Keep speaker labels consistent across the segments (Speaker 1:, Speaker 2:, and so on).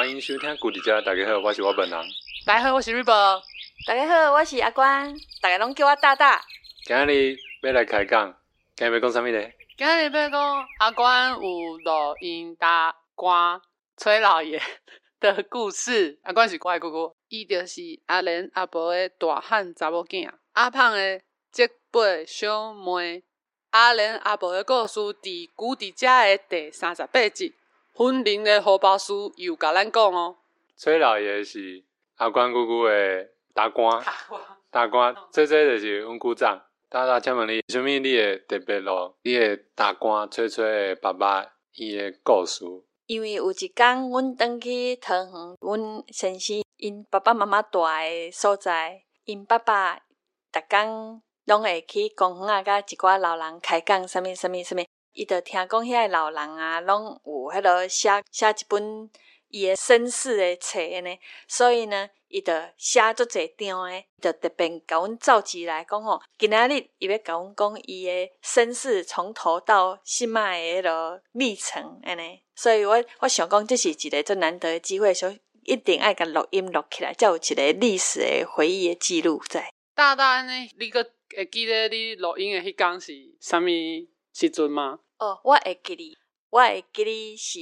Speaker 1: 欢迎收听古迪家，大家好，我是我本人。
Speaker 2: 大家好，我是 Ribo。
Speaker 3: 大家好，我是阿关，大家拢叫我大大。
Speaker 1: 今日要来开讲，今日要讲啥物咧？
Speaker 2: 今日要讲阿关有录音大官崔老爷的故事。阿关是我的姑姑，伊就是阿莲阿婆的大汉查某囝，阿胖的结辈小妹。阿莲阿婆的故事伫古迪家的第38集，婚龄的好巴士又甲咱讲哦。
Speaker 1: 崔老爷是阿关姑姑的大官，大官，这就是阮姑丈。大大请问你，啥物你会特别录你的大官崔崔的爸爸伊的故事？
Speaker 3: 因为有一天，阮转去桃园，阮先生因爸爸妈妈住的所在，因爸爸逐工拢会去公园啊，甲一寡老人开讲，啥物，伊就听讲遐老人啊，拢有迄落写一本伊的身世的册呢，所以呢，伊就写足侪张的，就特别甲阮召集来讲吼，今仔日伊要甲阮讲伊的身世从头到现在的迄落历程安尼，所以我想讲，这是一个最难得的机会，所以一定爱甲录音录起来，才有一个历史的回忆的记录在。
Speaker 2: 大大呢，你个会记得你录音的迄天是啥物时阵吗？
Speaker 3: 哦，我会记得是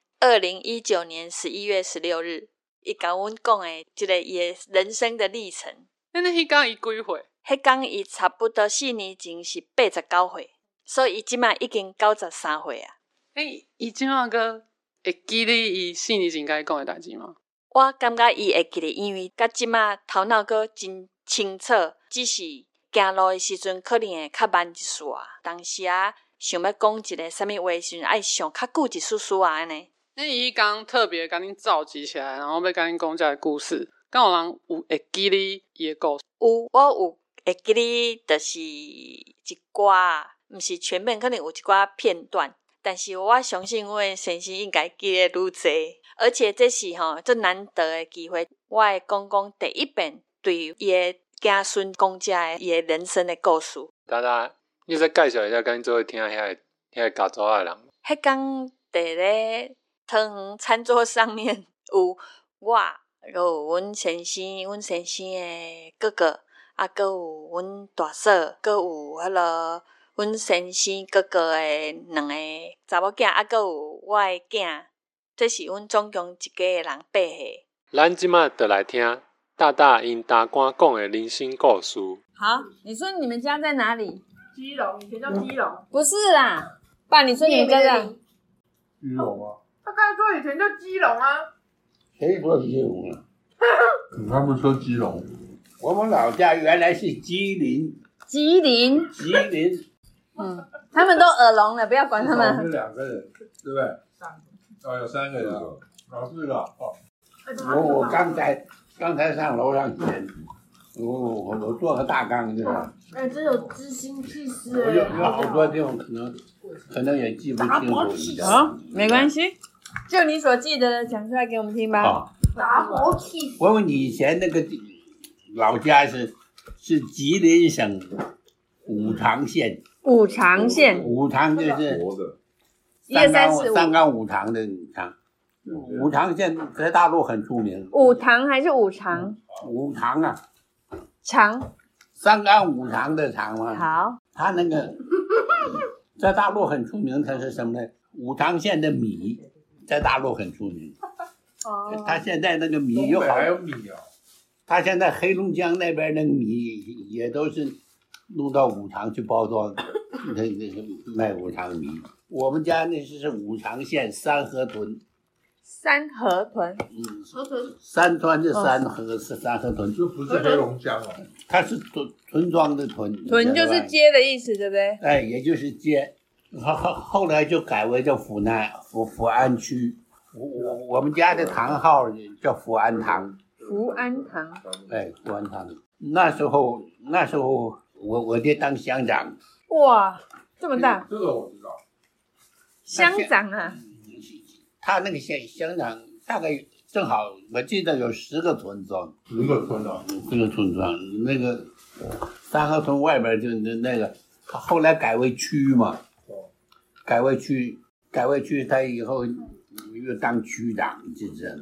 Speaker 3: 2019年11月16日，伊甲阮讲的一个伊的人生的历程。
Speaker 2: 那迄天伊几岁？
Speaker 3: 迄天伊差不多4年前是89岁，所以伊即摆已经93岁啊。
Speaker 2: 伊即摆个会记得伊4年前甲伊讲的代志吗？
Speaker 3: 我感觉伊会记得，因为到即摆头脑阁真清楚，只是行路的时阵可能会较慢一丝啊。当时啊，想要讲一个啥物话时阵，爱想较久一丝丝啊安尼。
Speaker 2: 那伊迄天特别甲恁召集起来，然后要甲恁讲这个故事，敢有人有会记得伊的故事？
Speaker 3: 有，我有会记得，就是一寡，毋是全面，可能有一寡片段。但是我相信阮的先生应该记得愈侪，而且这是最难得的机会，我会讲第一遍对伊的子孙讲遮的伊的人生的故事。
Speaker 1: 大大，你再介绍一下，跟做听遐个家族的人。
Speaker 3: 迄天伫咧桃园餐桌上面有我，还有阮先生的哥哥，啊，还有阮大嫂，还有迄落阮先生哥哥的2个查某囝，啊，还有我的囝，这是阮总共一家的人8岁。
Speaker 1: 咱即马就来听大大因大官讲的人生故事。
Speaker 4: 好，你说你们家在哪里？
Speaker 5: 基隆，以前叫基隆。
Speaker 4: 不是啦，爸，你说你们家在
Speaker 6: 基隆啊？
Speaker 5: 他刚才说以前叫基隆啊。
Speaker 6: 谁说基隆啊？他们说基隆。我们老家原来是吉林。
Speaker 4: 吉林。他们都耳聋了，不要管他们。
Speaker 6: 我们2个人，对不对？3个。有3个人。是的。我刚才上楼上捡，我做个大纲，对吧？
Speaker 5: 真有知心气势
Speaker 6: 我有好多地方可能也记不清楚。
Speaker 4: 好，没关系，就你所记得的讲出来给我们听吧。
Speaker 6: 好，
Speaker 5: 达摩气。
Speaker 6: 我问你，以前那个老家是吉林省五常县。
Speaker 4: 五常县。
Speaker 6: 五常就是三纲五常的五常。五常县在大陆很出名。
Speaker 4: 五常还是五常？
Speaker 6: 五常啊。
Speaker 4: 常。
Speaker 6: 3纲五常的常嘛。
Speaker 4: 好。
Speaker 6: 他那个在大陆很出名，它是什么呢？五常县的米在大陆很出名。他现在那个米有
Speaker 7: 还有米啊。
Speaker 6: 他现在黑龙江那边那个米也都是弄到五常去包装，那卖五常米。我们家那是五常县三河屯。
Speaker 4: 三河屯。
Speaker 5: 河屯。
Speaker 6: 三川是三河，是三河屯，
Speaker 7: 就不是黑龙江哦。
Speaker 6: 它是村庄的屯。
Speaker 4: 屯就是街的意思，对不对？
Speaker 6: 哎，也就是街。后来就改为叫福安区。我们家的堂号叫福安堂。
Speaker 4: 福安堂。
Speaker 6: 哎，福安堂。那时候我爹当乡长。
Speaker 4: 哇，这么大。
Speaker 7: 这个我知道。
Speaker 4: 乡长啊。
Speaker 6: 他那个乡长大概正好，我记得有10个村庄。
Speaker 7: 10个村庄。
Speaker 6: 10个村庄，那个三河屯外边就那个，后来改为区嘛。改为区，他以后又当区长，就这样了。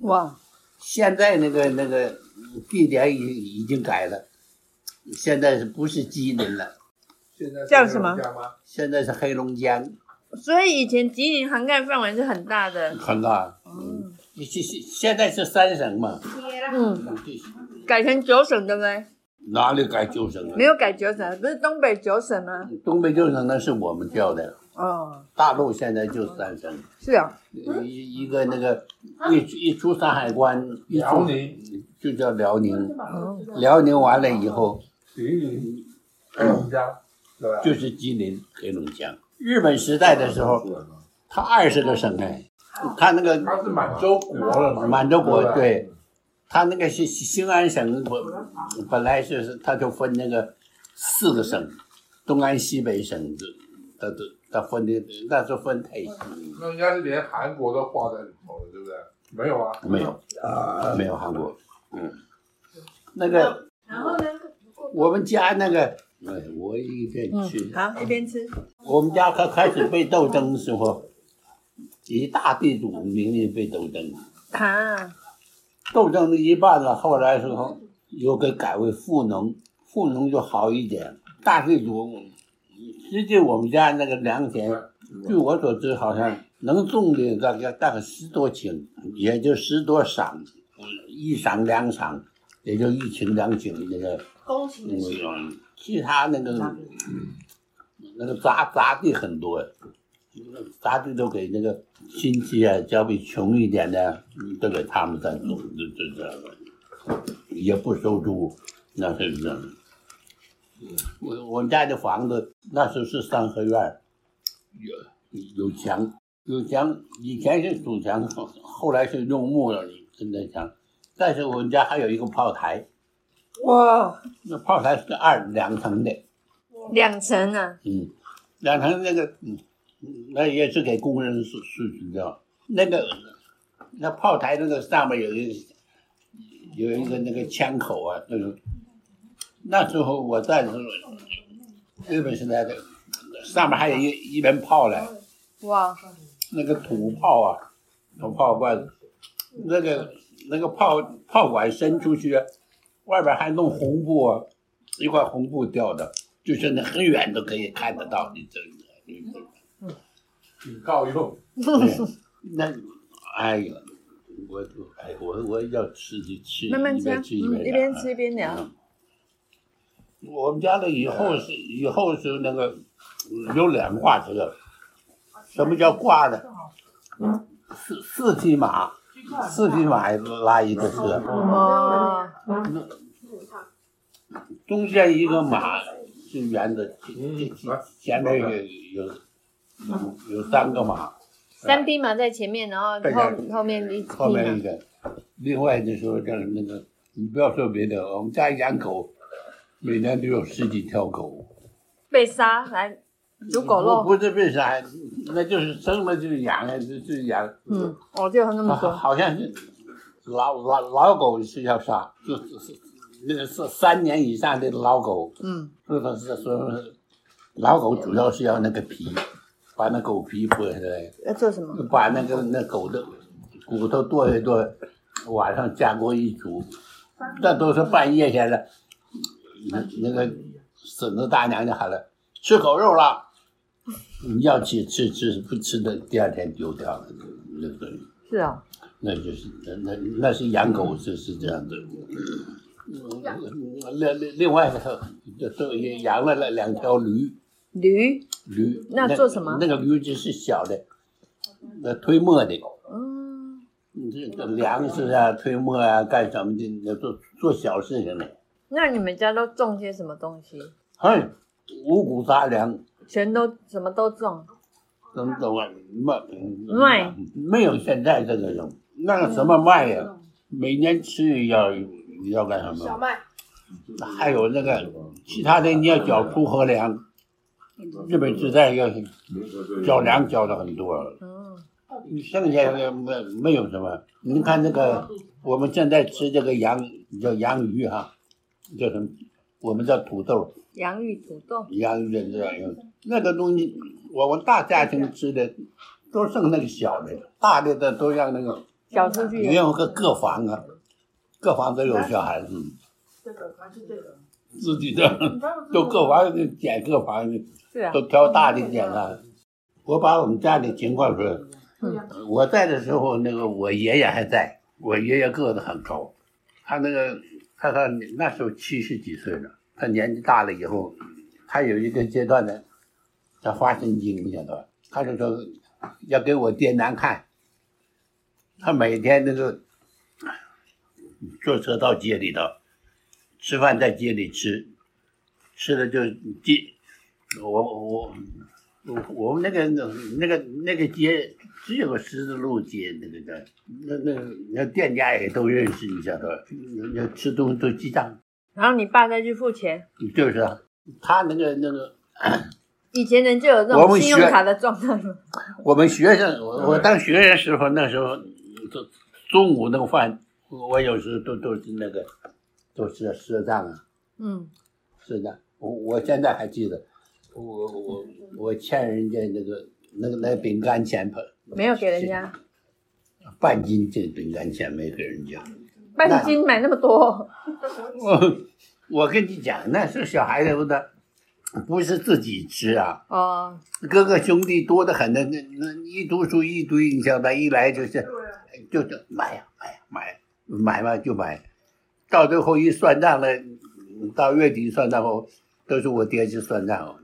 Speaker 3: 哇，
Speaker 6: 现在那个地点已经改了，现在是不是吉林了？
Speaker 7: 现在是
Speaker 3: 叫什么
Speaker 7: 黑龙江吗？
Speaker 6: 现在是黑龙江，
Speaker 3: 所以以前吉林涵盖范围是很大的。
Speaker 6: 很大。现在是3省嘛，
Speaker 3: 嗯，改成9省对不对？
Speaker 6: 哪里改9省了？
Speaker 3: 没有改9省，不是东北9省吗？
Speaker 6: 东北9省那是我们叫的，
Speaker 3: 哦，
Speaker 6: 大陆现在就3省。
Speaker 3: 是啊，
Speaker 6: 一个那个一出山海关，
Speaker 7: 辽宁
Speaker 6: 就叫辽宁，辽宁完了以后
Speaker 7: 吉林、黑龙江，对吧？
Speaker 6: 就是吉林、黑龙江。日本时代的时候，它20个省哎，它那个
Speaker 7: 它是满洲国了嘛？
Speaker 6: 满洲国
Speaker 7: 对吧
Speaker 6: 对，它那个是兴安省，本来是它就分那个4个省，东安西北省它分的那时候分太细。
Speaker 7: 那应该是连韩国都划在里头了，对不对？没有啊，
Speaker 6: 没有，没有韩国。那个，
Speaker 5: 然后呢？
Speaker 6: 我们家那个，我一边吃。
Speaker 3: 好，一边吃。
Speaker 6: 我们家开始被斗争的时候，以大地主名义被斗争，
Speaker 3: 啊，
Speaker 6: 斗争了一半了，后来时候又给改为富农，富农就好一点。大地主，实际我们家那个良田，据我所知，好像能种的大概10多顷，也就10多晌，1晌2晌，也就1顷2顷那个。
Speaker 5: 公顷的顷。
Speaker 6: 其他那个杂地很多，杂地都给那个亲戚啊，交给穷一点的，都给他们在种，就这样的，也不收租，那是这样。我们家的房子那时候是3合院，有墙，以前是土墙，后来是用木的真墙，但是我们家还有一个炮台。
Speaker 3: 哇，
Speaker 6: 那炮台是2层的
Speaker 3: 2层啊，
Speaker 6: 2层那个那也是给工人使的。那炮台那个上面有一个那个枪口啊，那时候我在的时候，日本时代的上面还有一门炮嘞，
Speaker 3: 哇，
Speaker 6: 那个土炮啊，土炮管，那个炮管伸出去，外边还弄红布啊，一块红布吊的，就是那很远都可以看得到你这个。
Speaker 7: 警告用。
Speaker 6: 那哎呀，我要吃就吃，
Speaker 3: 慢慢吃，
Speaker 6: 一边
Speaker 3: 一边吃一边聊。
Speaker 6: 我们家的以后是那个有2挂车，什么叫挂的？四匹马拉一个车，
Speaker 3: 哇，
Speaker 6: 中间一个马是圆的，前面有3个马
Speaker 3: 3匹马在前面，然后后面一匹
Speaker 6: 后面一
Speaker 3: 马。
Speaker 6: 个。另外就说那个，你不要说别的，我们家养狗，每年都有10几条狗。
Speaker 3: 被杀来煮狗肉。
Speaker 6: 不是被杀，那就是生了就养啊，就养。
Speaker 3: 我就那么说。
Speaker 6: 好像是老狗是要杀，就是那个是3年以上的老狗。说老狗主要是要那个皮，把那狗皮剥下来。
Speaker 3: 要做什么？
Speaker 6: 把那狗的骨头剁一剁，晚上加锅一煮，那都是半夜下来，那个婶子大娘就喊了，吃狗肉了，你要吃，不吃的第2天丢掉了，那个
Speaker 3: 是啊，
Speaker 6: 那就是那是养狗是这样的。另外就也养了2条驴。
Speaker 3: 驴那做什么？
Speaker 6: 那个驴子是小的，推磨的。这粮食啊，推磨啊，干什么的？做小事情的。
Speaker 3: 那你们家都种些什么东西？
Speaker 6: 五谷杂粮，
Speaker 3: 全都什么都种。
Speaker 6: 怎么种啊？
Speaker 3: 麦
Speaker 6: 没有现在这个种，那个什么麦呀？每年吃要干什么？
Speaker 5: 小麦。
Speaker 6: 还有那个其他的，你要缴出荷粮。日本时代要缴粮缴的很多。剩下的没有什么。你看那个我们现在吃这个叫洋芋哈，叫什么？我们叫土豆。
Speaker 3: 洋芋土豆。
Speaker 6: 洋芋的这样那个东西，我们大家庭吃的都剩那个小的，大的都让那个
Speaker 4: 缴出去。
Speaker 6: 因为有个各房啊，各房都有小孩子。
Speaker 5: 这个还是这个？
Speaker 6: 自己的都各房捡各房，
Speaker 4: 是啊，
Speaker 6: 都挑大的捡了。我把我们家里情况说，我在的时候，那个我爷爷还在，我爷爷个子很高，他那时候70几岁了，他年纪大了以后，他有一个阶段呢，他发神经，你晓得吧？他就说要给我爹难看，他每天那个坐车到街里头。吃饭在街里吃，吃的就街，我们那个街只有个十字路街，那店家也都认识，你晓得吧？那吃东西都记账。
Speaker 4: 然后你爸再去付钱。
Speaker 6: 就是啊，他那个。
Speaker 4: 以前人就有这种信用卡的状态吗？
Speaker 6: 我们学生，我当学生时候，那时候中午那个饭，我有时都是那个。都是赊账啊，赊账。我现在还记得，我欠人家那饼干钱
Speaker 4: 没有给人家，
Speaker 6: 半斤这饼干钱没给人家，
Speaker 4: 半斤买那么多。
Speaker 6: 我跟你讲，那是小孩子的，不是自己吃啊。
Speaker 4: 哦，
Speaker 6: 哥哥兄弟多得很的，那一读书一堆，你晓得，一来就是买呀买嘛就买。到最后一算账了，到月底算账后，都是我爹去算账。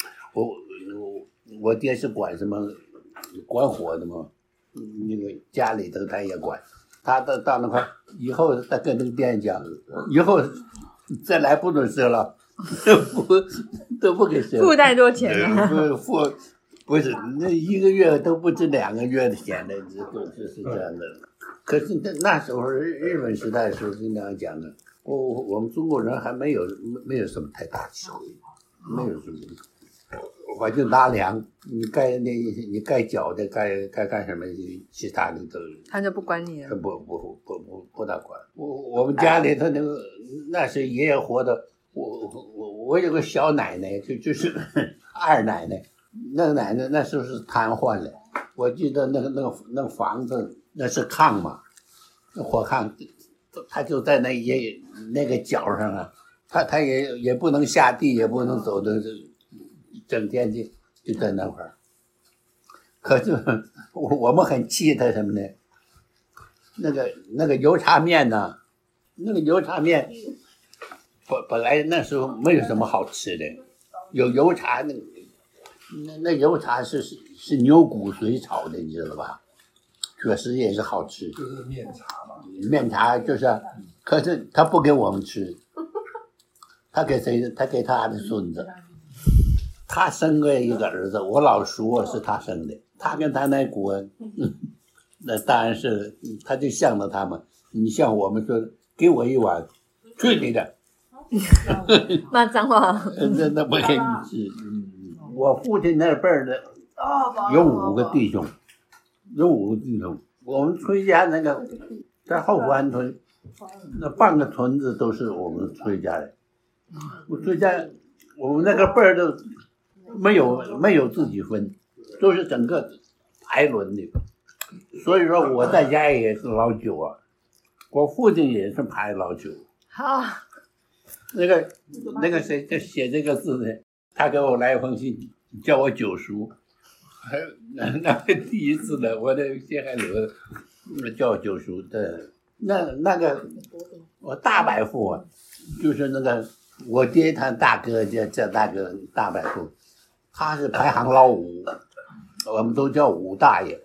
Speaker 6: 我爹是管什么，管火的嘛，那个家里头他也管。他到那块以后，他跟那个店讲，以后再来不准赊了，都不给赊。
Speaker 4: 付太多钱了。
Speaker 6: 不是那一个月都不止2个月的钱的，是这样的。可是那时候日本时代的时候是那样讲的，我们中国人还没有什么太大智慧，没有什么，我就拿粮，你该缴的该干什么，其他的都
Speaker 4: 他就不管你了，
Speaker 6: 不大管。我们家里头那是爷爷活的，我有个小奶奶，就是二奶奶，那个奶奶那时候是瘫痪了，我记得那个房子。那是炕嘛，火炕，他就在那个角上啊，他也不能下地，也不能走的，整天就在那块儿。可是我们很气他什么呢？那个油茶面呢，那个油茶面，本来那时候没有什么好吃的，有油茶那油茶是牛骨髓炒的，你知道吧？确实也是好吃，
Speaker 7: 就是面茶嘛。
Speaker 6: 面茶就是，可是他不给我们吃，他给谁？他给他的孙子。他生了一个儿子，我老叔是他生的。他跟他那国，那当然是，他就向着他们。你像我们说，给我一碗，去你的！
Speaker 4: 骂脏话。
Speaker 6: 那不给你吃。我父亲那辈儿的有5个弟兄。我们崔家那个在后福安村，那半个村子都是我们崔家的。崔家我们那个辈儿都没有自己分，都是整个排轮的。所以说我在家也是老九啊，我父亲也是排老九。
Speaker 4: 好，
Speaker 6: 那个谁写这个字的，他给我来一封信，叫我九叔。那第一次的，我的信还留着，叫九叔的。那个我大伯父啊，就是那个我爹他大哥叫大哥大伯父，他是排行老5，我们都叫武大爷。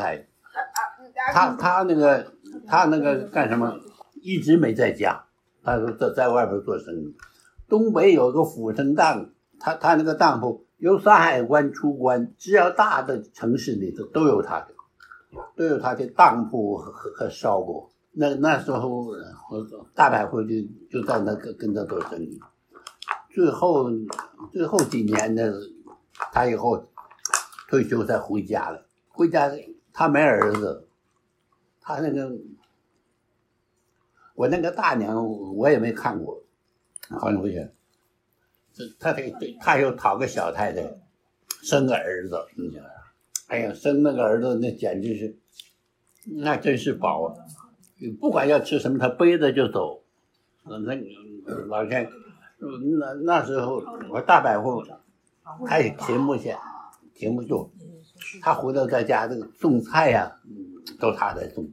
Speaker 6: 他那个干什么？一直没在家，他说在外边做生意。东北有个阜成当，他那个当铺。由山海关出关，只要大的城市里头都有他的当铺和烧锅。那时候我大伯父就在那个跟他做生意。最后几年呢，他以后退休才回家了。回家他没儿子，他那个我那个大娘我也没看过，好像回去。他又讨个小太太，生个儿子，你想，哎呀，生那个儿子那简直是， 那真是宝啊！不管要吃什么，他背着就走。老天，那时候我大百户，他也停不下，停不住。他回到在家，这个种菜呀、都他在种。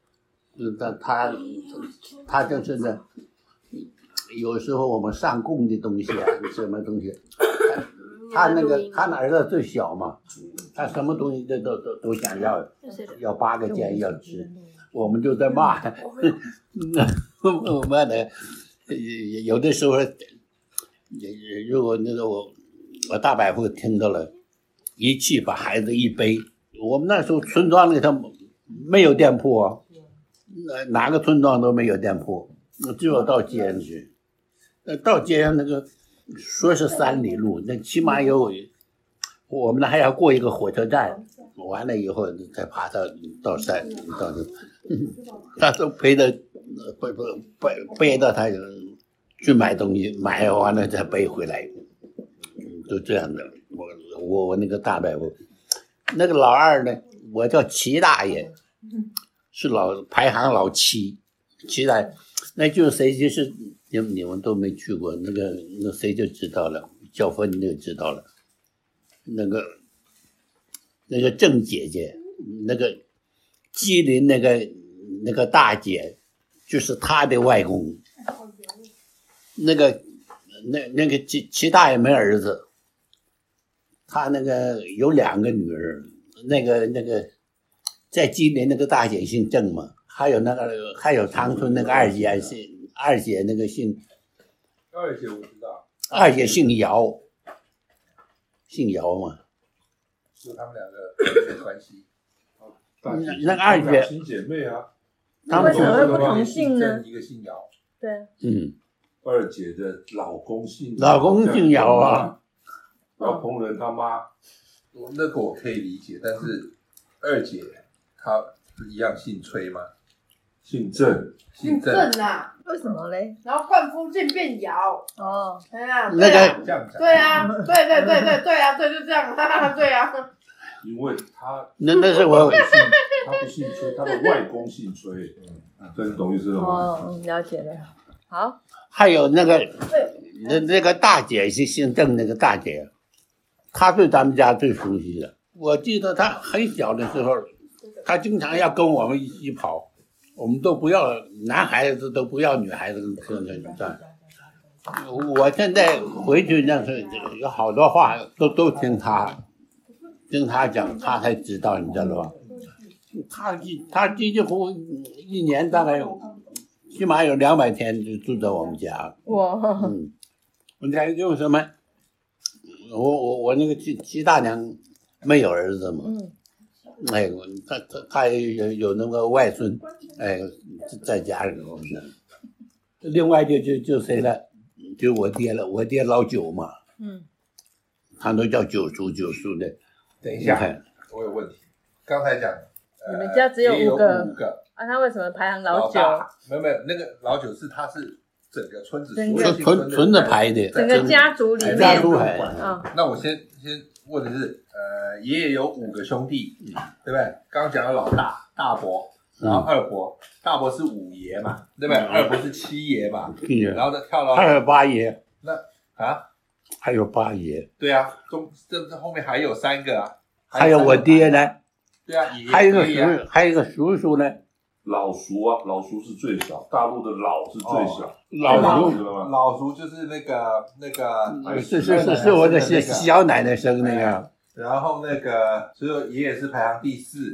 Speaker 6: 他就是呢，有时候我们上供的东西啊，什么东西，他那儿子最小嘛，他什么东西都想要8个建议要吃，我们就在骂他。我骂他，有的时候，如果那个我大百户听到了，一气把孩子一背，我们那时候村庄里头没有店铺啊。哪个村庄都没有店铺，只有到街上去。到街上那个说是3里路，那起码有，我们那还要过一个火车站，完了以后再爬到山到这，他都背到他去买东西，买完了再背回来，就这样的。我那个大伯父，那个老二呢，我叫齐大爷。是排行老7，那就是谁就是你们都没去过，那谁就知道了，教芬你就知道了，那个郑姐姐，那个吉林那个大姐，就是她的外公，那个齐大爷没儿子，他那个有2个女儿，那个。在吉林那个大姐姓郑嘛，还有长春那个二姐那个姓
Speaker 7: 二姐我知道，
Speaker 6: 二姐姓姚嘛，
Speaker 7: 就他们2个有关系。
Speaker 6: 那个二姐
Speaker 7: 亲姐妹啊，
Speaker 6: 他们
Speaker 4: 为什么会不同姓呢？
Speaker 7: 一个姓姚，
Speaker 4: 对，
Speaker 7: 二姐的老公姓
Speaker 6: 姚啊，
Speaker 7: 姚鹏仁他妈，那个我可以理解，但是二姐。他一样姓崔吗？姓郑
Speaker 5: 啊？
Speaker 4: 为什么嘞？
Speaker 5: 然后冠夫姓变姚
Speaker 4: 哦，
Speaker 5: 哎呀，
Speaker 6: 那个
Speaker 5: 对啊，对啊，对，就这样，对啊。
Speaker 7: 因为他
Speaker 6: 那是我，
Speaker 7: 他不姓崔，他的外公姓崔，这你懂意思了吗？
Speaker 4: 哦，了解了。好，
Speaker 6: 还有那个大姐是姓郑那个大姐，她对咱们家最熟悉的。我记得她很小的时候。他经常要跟我们一起跑，我们都不要男孩子都不要女孩子跟着。我现在回去那是有好多话都听他讲，他才知道，你知道吧？他几乎1年大概起码有200天就住在我们家。
Speaker 4: 哇，
Speaker 6: 我在用什么？我那个齐大娘没有儿子嘛。哎，他有那个外孙，哎，在家里头呢。另外就谁了？就我爹了，我爹老九嘛。他都叫九叔的。
Speaker 7: 等一下，我有问题。刚才讲，
Speaker 4: 你们家只有5个
Speaker 7: ，5个
Speaker 4: 啊？他为什么排行老
Speaker 7: 9？没有，那个老9他是整个村子
Speaker 6: 村子排的，
Speaker 4: 整个家族里面。
Speaker 6: 家族排。
Speaker 7: 那我先问的是。爷爷有5个兄弟，对不对？刚刚讲到老大伯，然后二伯，大伯是5爷嘛，对不对？二伯是7爷嘛，然后再跳到
Speaker 6: 还有8爷，
Speaker 7: 那
Speaker 6: 还有8爷，
Speaker 7: 对啊，这后面还有3个啊，
Speaker 6: 还有我爹呢，
Speaker 7: 对啊，
Speaker 6: 还有一个叔叔呢，
Speaker 7: 老叔是最小，大陆的老是最小，老叔就是那个
Speaker 6: 是我的小奶奶生那个。
Speaker 7: 然后那个，所以爷爷是排行第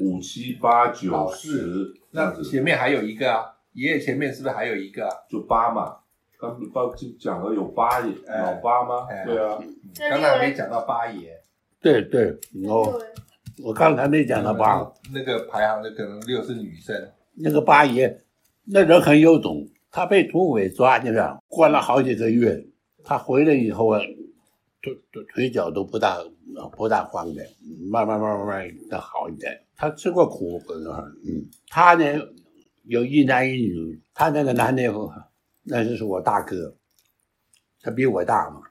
Speaker 7: 4，5、7、8、9、10。那前面还有一个啊，爷爷前面是不是还有一个啊？就8嘛，刚讲了有8爷，老8吗？对啊，刚才没讲到8爷。
Speaker 6: 对，我刚才没讲到8。
Speaker 7: 那个排行的可能6是女生。
Speaker 6: 那个8爷，那人很有种，他被土匪抓进来，关了好几个月，他回来以后啊。腿脚都不大慌的，慢慢的好一点。他吃过苦，他呢有1男1女，他那个男的那就是我大哥，他比我大嘛，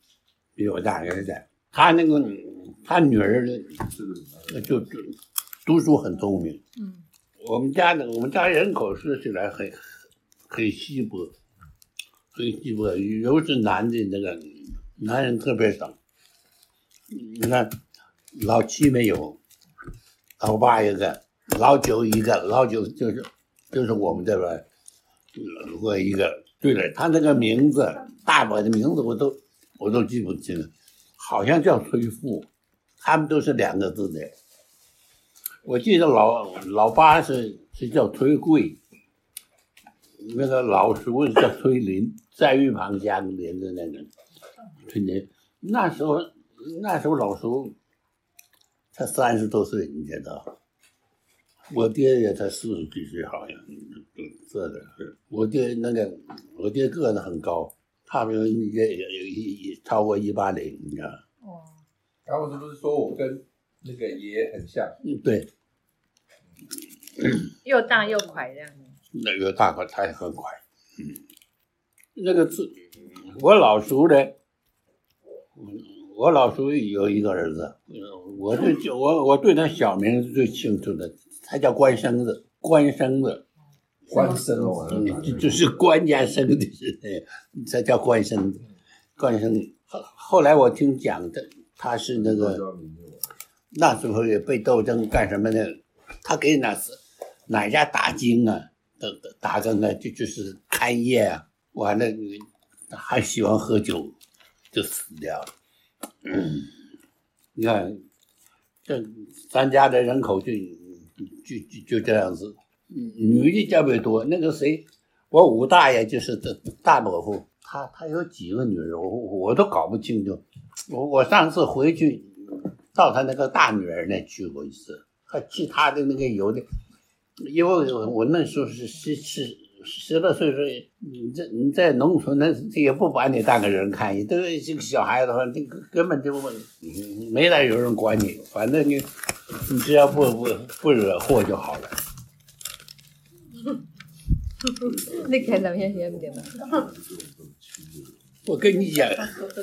Speaker 6: 他那个他女儿就读书很聪明， 我们家人口说起来很稀薄，很稀薄，尤其男的那个男人特别少。你看，老七没有，老八一个，老九一个，老九就是我们这边我一个。对了，他那个名字，大伯的名字我都记不清了，好像叫崔富，他们都是2个字的。我记得老八是叫崔贵，那个老叔叫崔林，在玉旁相连的那个崔林。那时候老叔才30多岁，你知道。我爹也才40几岁，好像这个是我爹个子很高，他们也超过180，你知道。
Speaker 7: 哦。然后是不是说我跟那个爷爷很像？
Speaker 6: 对。
Speaker 4: 又大又快这样子。
Speaker 6: 那个大快，他也很快。那个字，我老叔呢？我老叔有一个儿子，我对他小名是最清楚的。他叫关生子，关生哦，就是官家生的，他叫关生子，关生。后来我听讲的，他是那个那时候也被斗争干什么呢？他给哪家打更啊，打更啊，就是看夜啊，完了还喜欢喝酒，就死掉了。你看，这咱家的人口就这样子，女的较别多。那个谁，我五大爷就是大伯父，他有几个女儿，我都搞不清楚。我上次回去到他那个大女儿那去过一次，还其他的那个有的，因为我那时候是10多岁时候，你在农村，那也不把你当个人看，你都这个小孩子的话，你根本就没来有人管你，反正你只要不惹祸就好了。
Speaker 4: 你看到些些点吗？
Speaker 6: 我跟你讲，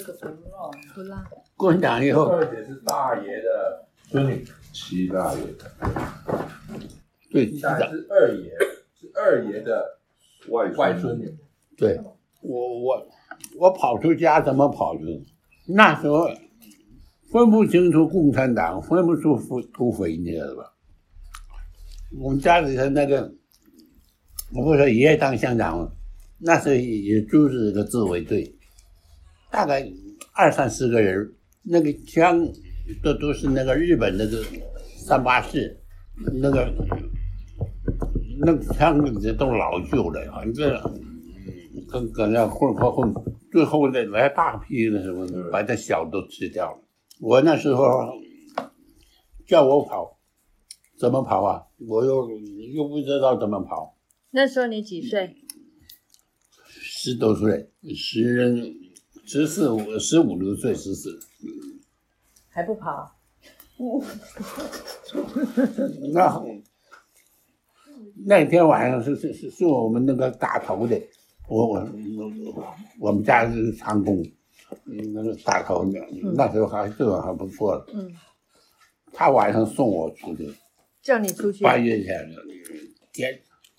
Speaker 6: 共产党以后，
Speaker 7: 二姐是大爷的孙女，七大爷的，
Speaker 6: 对，
Speaker 7: 大爷是二爷，是二爷的外孙女。
Speaker 6: 对，我跑出家怎么跑出？那时候分不清楚共产党，分不出土匪，你知道吧？我们家里头那个，我不说爷爷当乡长了，那时候也组织一个自卫队，大概20-30个人，那个枪都是那个日本那个384，那个枪都老旧了，反正跟那混，最后呢来大批的什么的，把这小都吃掉了。我那时候叫我跑，怎么跑啊？我又不知道怎么跑。
Speaker 4: 那时候你几岁
Speaker 6: ？10多岁，15、16岁，14。
Speaker 4: 还不跑？
Speaker 6: 那天晚上是我们那个打头的，我们家是长工，那个打头的，那时候还不错了。他晚上送我出去，
Speaker 4: 叫你出去。
Speaker 6: 8月前的天，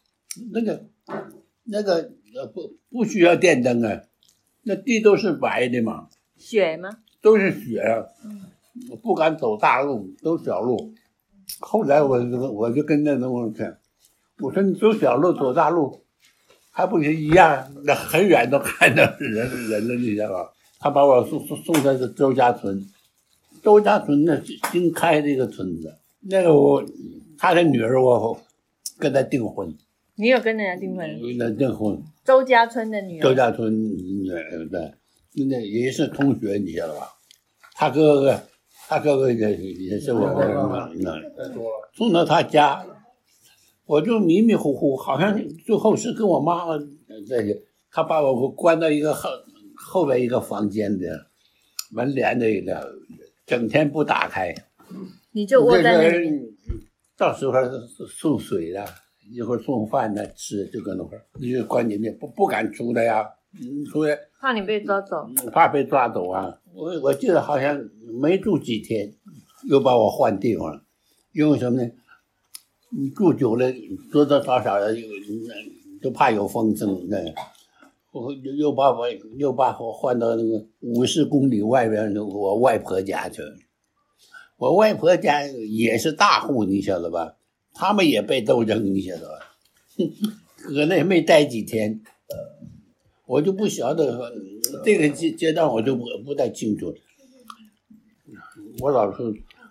Speaker 6: 那个不需要电灯啊，那地都是白的嘛。
Speaker 4: 雪吗？
Speaker 6: 都是雪啊。我不敢走大路，走小路。后来我就跟那农夫讲，我说你走小路走大路还不是一样？那很远都看到人了，你知道吧？他把我送到这周家村，周家村那是新开的一个村子，那个他的女儿我跟他订婚。
Speaker 4: 你有跟人家订婚？
Speaker 6: 订婚。
Speaker 4: 周家村的女儿。
Speaker 6: 周家村女儿对，那也是同学，你知道吧？他哥哥也是我送到他家，我就迷迷糊糊，好像最后是跟我妈妈在一起，他把我关到一个后边一个房间的，门帘着的，整天不打开。
Speaker 4: 你就窝在那里。
Speaker 6: 到时候送水了，一会儿送饭了吃，就搁那块儿，你就关里面，不敢出来呀，出来
Speaker 4: 怕你被抓走。
Speaker 6: 怕被抓走啊！我记得好像没住几天，又把我换地方了，因为什么呢？ 你住久了，多多少少的就怕有风声，对。我又把我换到那个50公里外边我外婆家去。我外婆家也是大户，你晓得吧？他们也被斗争，你晓得吧？可能也没待几天，我就不晓得这个阶段我就不太清楚。我老是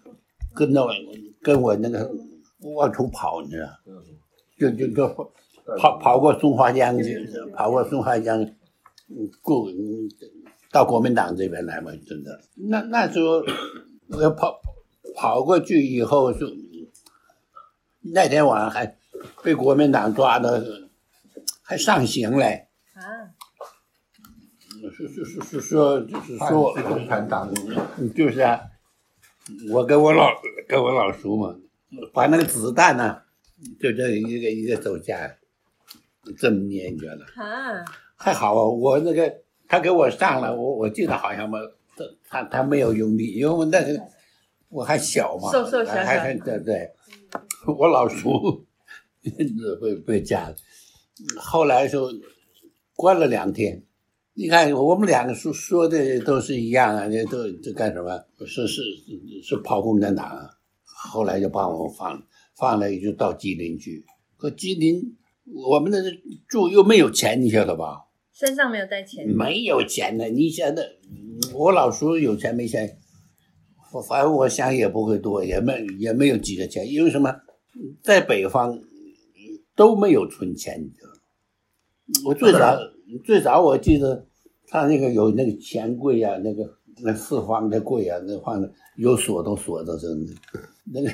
Speaker 6: 跟我那个往出跑，你知道，就跑过松花江去，到国民党这边来嘛，真的。那时候我跑过去以后是那天晚上还被国民党抓的，还上刑嘞。啊。是说
Speaker 7: 共产党，
Speaker 6: 就是啊，我跟我老叔嘛，把那个子弹呢，就这一个手下。这么念觉得啊，还好啊！我那个他给我上了，我记得好像嘛，他没有用力，因为那个我还小嘛，
Speaker 4: 瘦小，
Speaker 6: 还对，我老叔被夹了，后来就关了2天。你看我们两个说的都是一样啊，都干什么？是跑共产党啊，后来就把我放了，就到吉林去，可吉林。我们那住又没有钱，你晓得吧？
Speaker 4: 身上没有带钱，
Speaker 6: 没有钱的。你晓得，我老叔有钱没钱，反正我想也不会多，也没有几个钱，因为什么，在北方都没有存钱。我最早我记得他那个有那个钱柜啊，那四方的柜啊，那放的有锁都锁的，真的。那个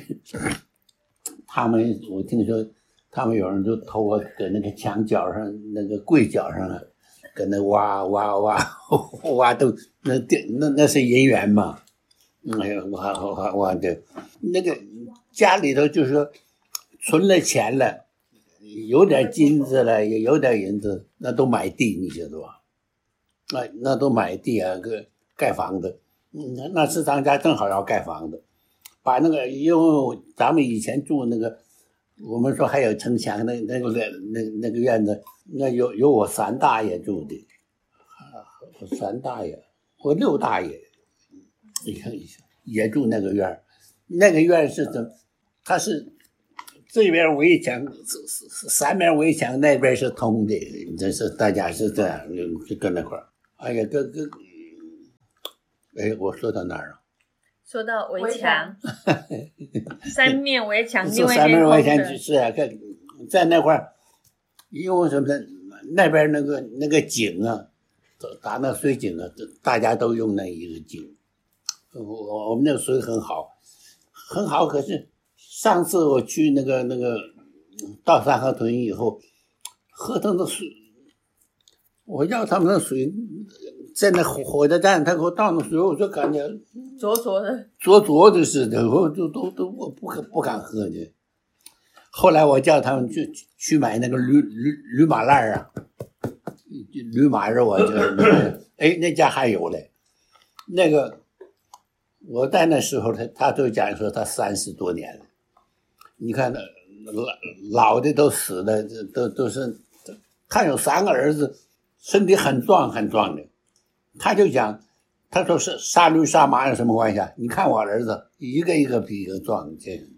Speaker 6: 我听说。他们有人就偷我搁那个墙角上、那个柜角上啊，搁那挖都那是银元嘛，挖的，那个家里头就是说存了钱了，有点金子了，也有点银子，那都买地，你晓得吧？那都买地啊，盖房子，那市长家正好要盖房子，把那个因为咱们以前住那个。我们说还有城墙那个院子，那有我3大爷住的，我3大爷，我6大爷，你看一下也住那个院，那个院是怎么？它是这边围墙3面围墙，那边是通的，这是大家是这样就搁那块儿。哎呀，我说到哪儿了？
Speaker 4: 说到围墙，3面围墙，另外
Speaker 6: 3面围墙就是啊，在那块儿，因为什么呢？那边那个井啊，打那水井啊，大家都用那一个井。我们那个水很好，很好。可是上次我去那个到三河屯以后，喝他们的水，我要他们的水。在那火车站，他给我倒那水，我就感觉浊的似的，我都我不敢喝去。后来我叫他们去买那个驴马烂啊，驴马肉啊，那家还有嘞。那个我在那时候，他都讲说他30多年了。你看那老的都死了，都是他有3个儿子，身体很壮的。他就讲，他说是杀驴杀马有什么关系啊？你看我儿子一个一个比一个壮，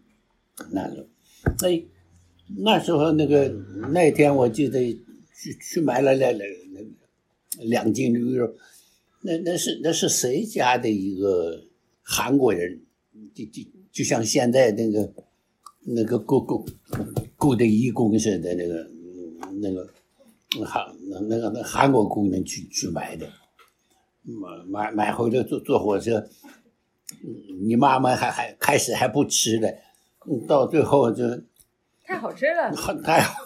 Speaker 6: 那时候那天我记得去买了2斤驴肉，那是谁家的一个韩国人，就像现在那个雇的义工似的，那个韩国工人去买的。买回来坐火车，你妈妈还开始还不吃的，到最后就
Speaker 4: 太好吃了，
Speaker 6: 太好，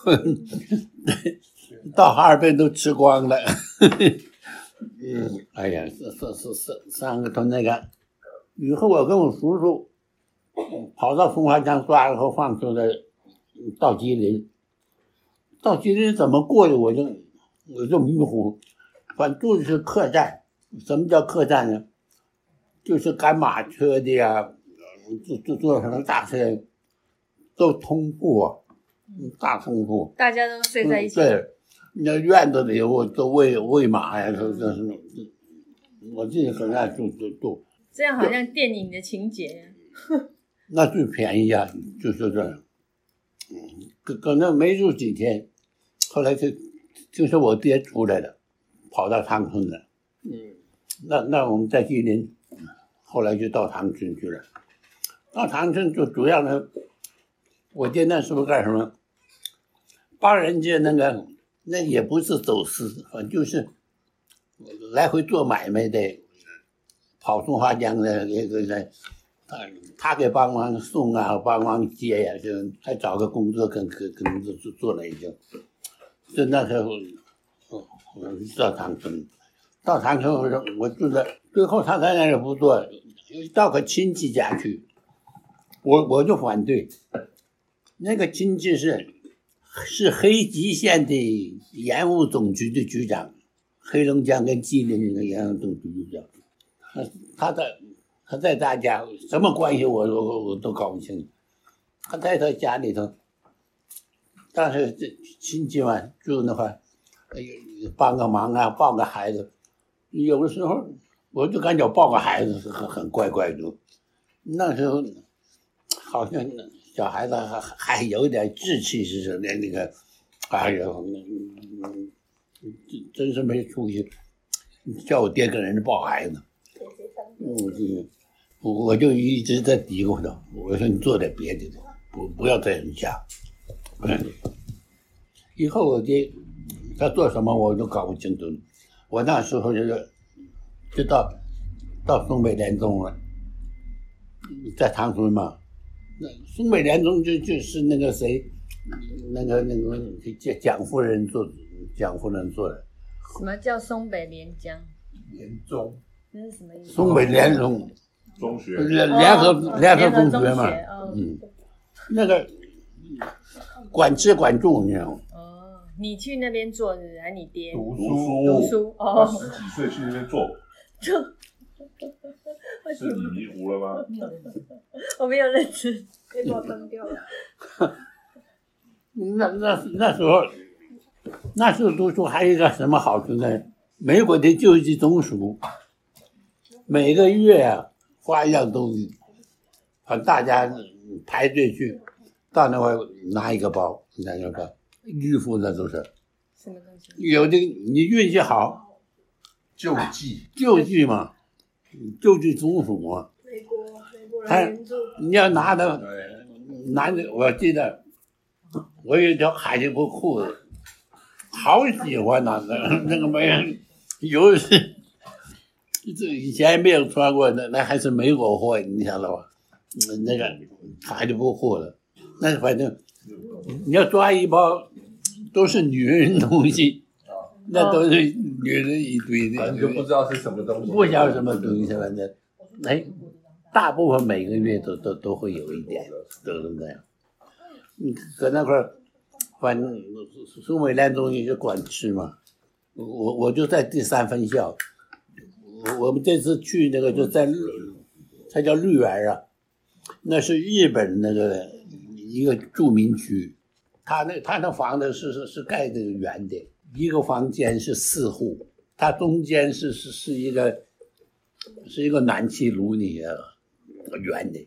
Speaker 6: 到哈尔滨都吃光了。哎呀，上个屯那个，以后我跟我叔叔跑到松花江抓了后放出来，到吉林怎么过的我就迷糊，反正住的是客栈。什么叫客栈呢？就是赶马车的呀，坐什么大车， 都通铺啊，大通铺，
Speaker 3: 大家都睡在一起。
Speaker 6: 对，那院子里我都喂马呀，都是，我自己很爱住。
Speaker 3: 这样好像电影的情节。
Speaker 6: 那最便宜啊，就是这样。可能没住几天，后来就是我爹出来了，跑到长春了。那我们在吉林，后来就到长春去了。到长春就主要呢，我爹那时候干什么？帮人家那也不是走私，反正就是来回做买卖的，跑松花江的那个。他给帮忙送啊，帮忙接呀，就还找个工作跟做了已经。就那时候，到长春，我住在，最后他在那里不做，到个亲戚家去，我就反对。那个亲戚是黑吉县的盐务总局的局长，黑龙江跟吉林那个盐务总局局长，他在他家什么关系我都搞不清。他在他家里头，但是这亲戚嘛住那块，帮个忙啊，抱个孩子。有的时候我就感觉抱个孩子是很怪的。那时候好像小孩子还有点志气似的，那个，哎呦，真是没出息，叫我爹跟人家抱孩子。我就一直在嘀咕他，我说你做点别的，不要在人家。以后我爹他做什么我都搞不清楚。我那时候就到松北联中了，在长春嘛。那松北联中就是那个谁，那个蒋夫人做的。
Speaker 3: 什么叫松北联江？
Speaker 7: 联中。
Speaker 3: 那是什么意思？
Speaker 6: 松北联中
Speaker 7: 中学
Speaker 6: 联合中学嘛，那个管吃管住，你知道吗？
Speaker 3: 哦，你去那边做是还是你爹？
Speaker 7: 读
Speaker 3: 书哦，
Speaker 7: 他10几岁去那边做，是你迷糊了吗？
Speaker 3: 我没有认真，
Speaker 5: 被我登掉了。
Speaker 6: 那时候读书还有一个什么好处呢？美国的救济总署每个月啊发一样东西，大家排队去到那块拿一个包，预付的都是。
Speaker 3: 什么东西？
Speaker 6: 有的你运气好，
Speaker 7: 救
Speaker 6: 济嘛，救济总署嘛。
Speaker 5: 美国人援助。
Speaker 6: 你要拿的，我记得我有一条海军布裤子，好喜欢呐，那个没人有是。这以前没有穿过的，那还是美国货，你晓得吧？那个海军布裤子，那反正你要抓一包都是女人东西，那都是女人一堆的，
Speaker 7: 反正就不知道是什么东西，
Speaker 6: 不晓得什么东西，反正大部分每个月都会有一点，都是这样。搁那块儿，反正松北联中也就管吃嘛，我就在第3分校。我们这次去那个就在它叫绿园啊，那是日本那个一个住民区，他那房子是盖的圆的，一个房间是4户，它中间是一个暖气炉里圆的，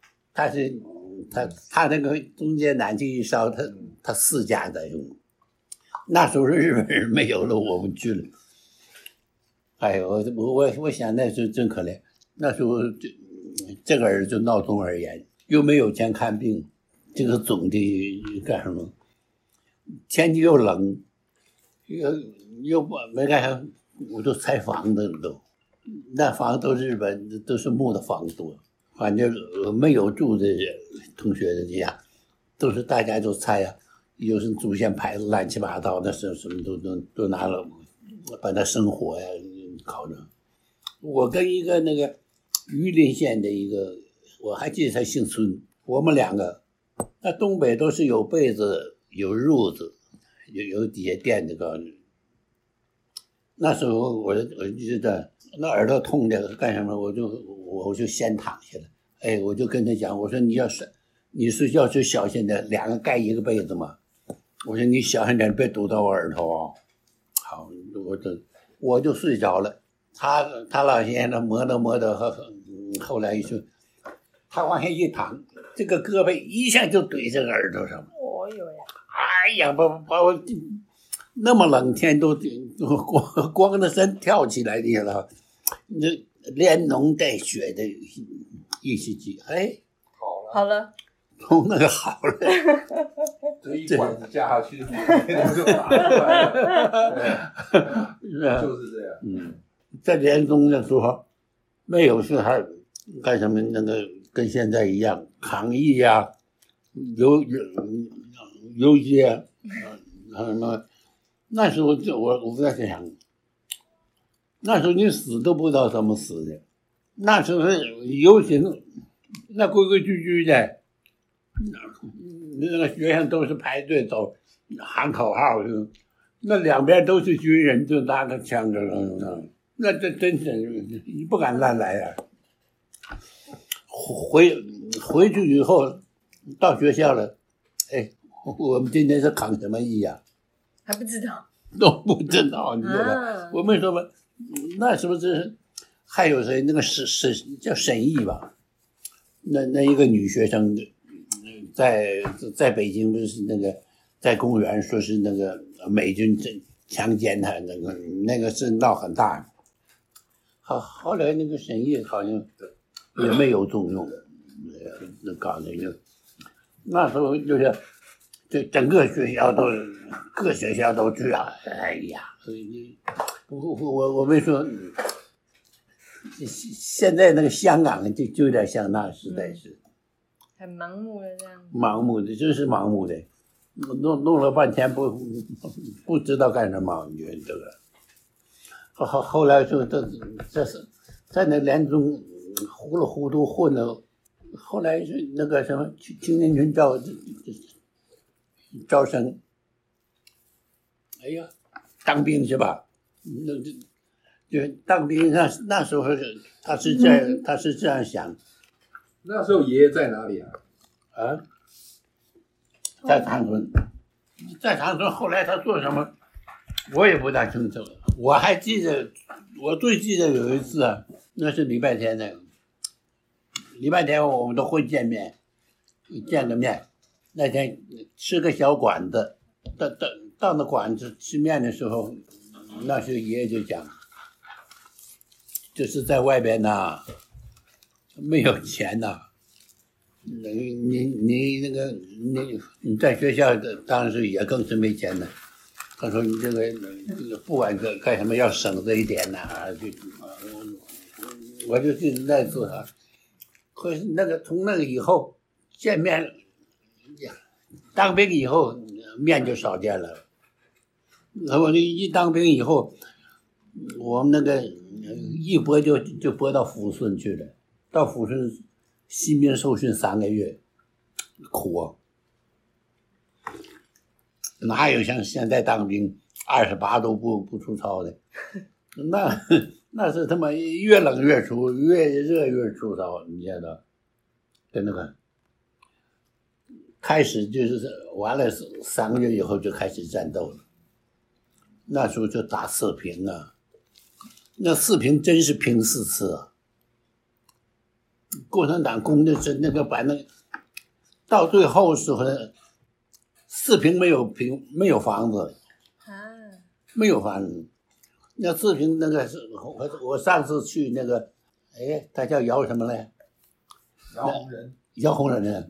Speaker 6: 它那个中间暖气一烧，它4家在用，那时候是日本人没有了，我们去了。哎呦，我想那时候真可怜，那时候这个人就闹中耳炎，又没有钱看病，这个总的干什么？天气又冷，又没干啥，我都拆房子都，那房都日本都是木的房多，反正没有住的同学的家，都是大家都拆啊，有时祖先牌子乱七八糟的，什么都拿了，把它生火呀。考虑，我跟一个那个榆林县的一个，我还记得他姓孙，我们2个，那东北都是有被子有褥子，有底下垫的告诉你。那时候我记得那耳朵痛的干什么，我就先躺下了，哎，我就跟他讲，我说你你睡觉就小心点，2个盖1个被子嘛。我说你小心点，别堵到我耳朵哦。好，我就睡着了。他老先生磨的，后来一说，他往下一躺，这个胳膊一下就怼这个耳朵上了。
Speaker 3: 哦哟呀！
Speaker 6: 哎呀，把我那么冷天都光着身跳起来的了，那连脓带血的一起去，哎，
Speaker 3: 好了，
Speaker 6: 从那个好了，
Speaker 7: 这一管子架下去，就打出来了，就是这样。
Speaker 6: 嗯，在联中的时候，没有事还干什么？那个跟现在一样抗议呀、游街，什么？那时候我在想，那时候你死都不知道怎么死的，那时候游行，那规规矩矩的，那个学生都是排队走，喊口号，那2边都是军人，就拿个枪着，那这真是你不敢乱来啊。回去以后，到学校了，哎，我们今天是抗什么议啊？
Speaker 3: 还不知道，
Speaker 6: 都不知道，你知道吧？我们说吧，那是不是还有谁？那个叫沈毅吧？那一个女学生，在北京不是那个在公园说是那个美军强奸她，那个是闹很大。后来那个沈毅好像也没有重用，那搞那个，那时候就是这整个学校都各学校都这样，哎呀，我没说，现在那个香港就有点像那时代是，
Speaker 3: 很盲目的这样，
Speaker 6: 盲目的就是盲目的，弄了半天不知道干什么，你觉得这个。后来就这是在那联中糊里糊涂混了，后来是那个什么青年军招生，哎呀，当兵是吧？那就当兵那时候他是这样想。
Speaker 7: 那时候爷爷在哪里啊？
Speaker 6: 啊，在长春，后来他做什么，我也不大清楚。我还记得，我最记得有一次啊，那是礼拜天的，礼拜天我们都会见个面。那天吃个小馆子，到那馆子吃面的时候，那时候爷爷就讲，就是在外边呐，没有钱呐。你在学校的当时也更是没钱的。他说你这个不管干什么要省这一点呐，我就记得那次啊。可是从那个以后见面，当兵以后面就少见了。然后一当兵以后，我们那个一拨就拨到抚顺去了，到抚顺新兵受训3个月，苦啊！哪有像现在当兵28都不出操的？那是他妈越冷越出，越热越出操，你知道？跟那个开始就是完了3个月以后就开始战斗了。那时候就打四平啊，那四平真是平4次啊！共产党攻的是那个把那到最后时候，四平没有房子啊，没有房子。那四平那个是我上次去那个，哎，他叫姚什么来？姚鹏人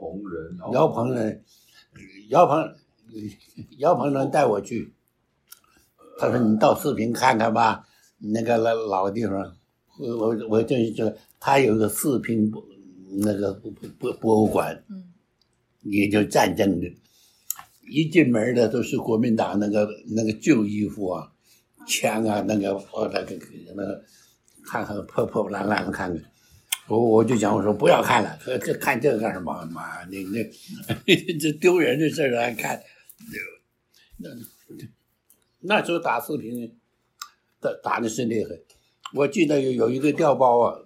Speaker 6: 带我去，他说你到四平看看吧，那个老地方，我就是这，他有个四平那个博物馆，也就战争的，一进门的都是国民党那个旧衣服啊，枪啊，那个看看破烂烂的看看。我就讲，我说不要看了，这看这个干什么？妈，这丢人的事儿还看。那时候打四平，打的是厉害。我记得有一个调包啊，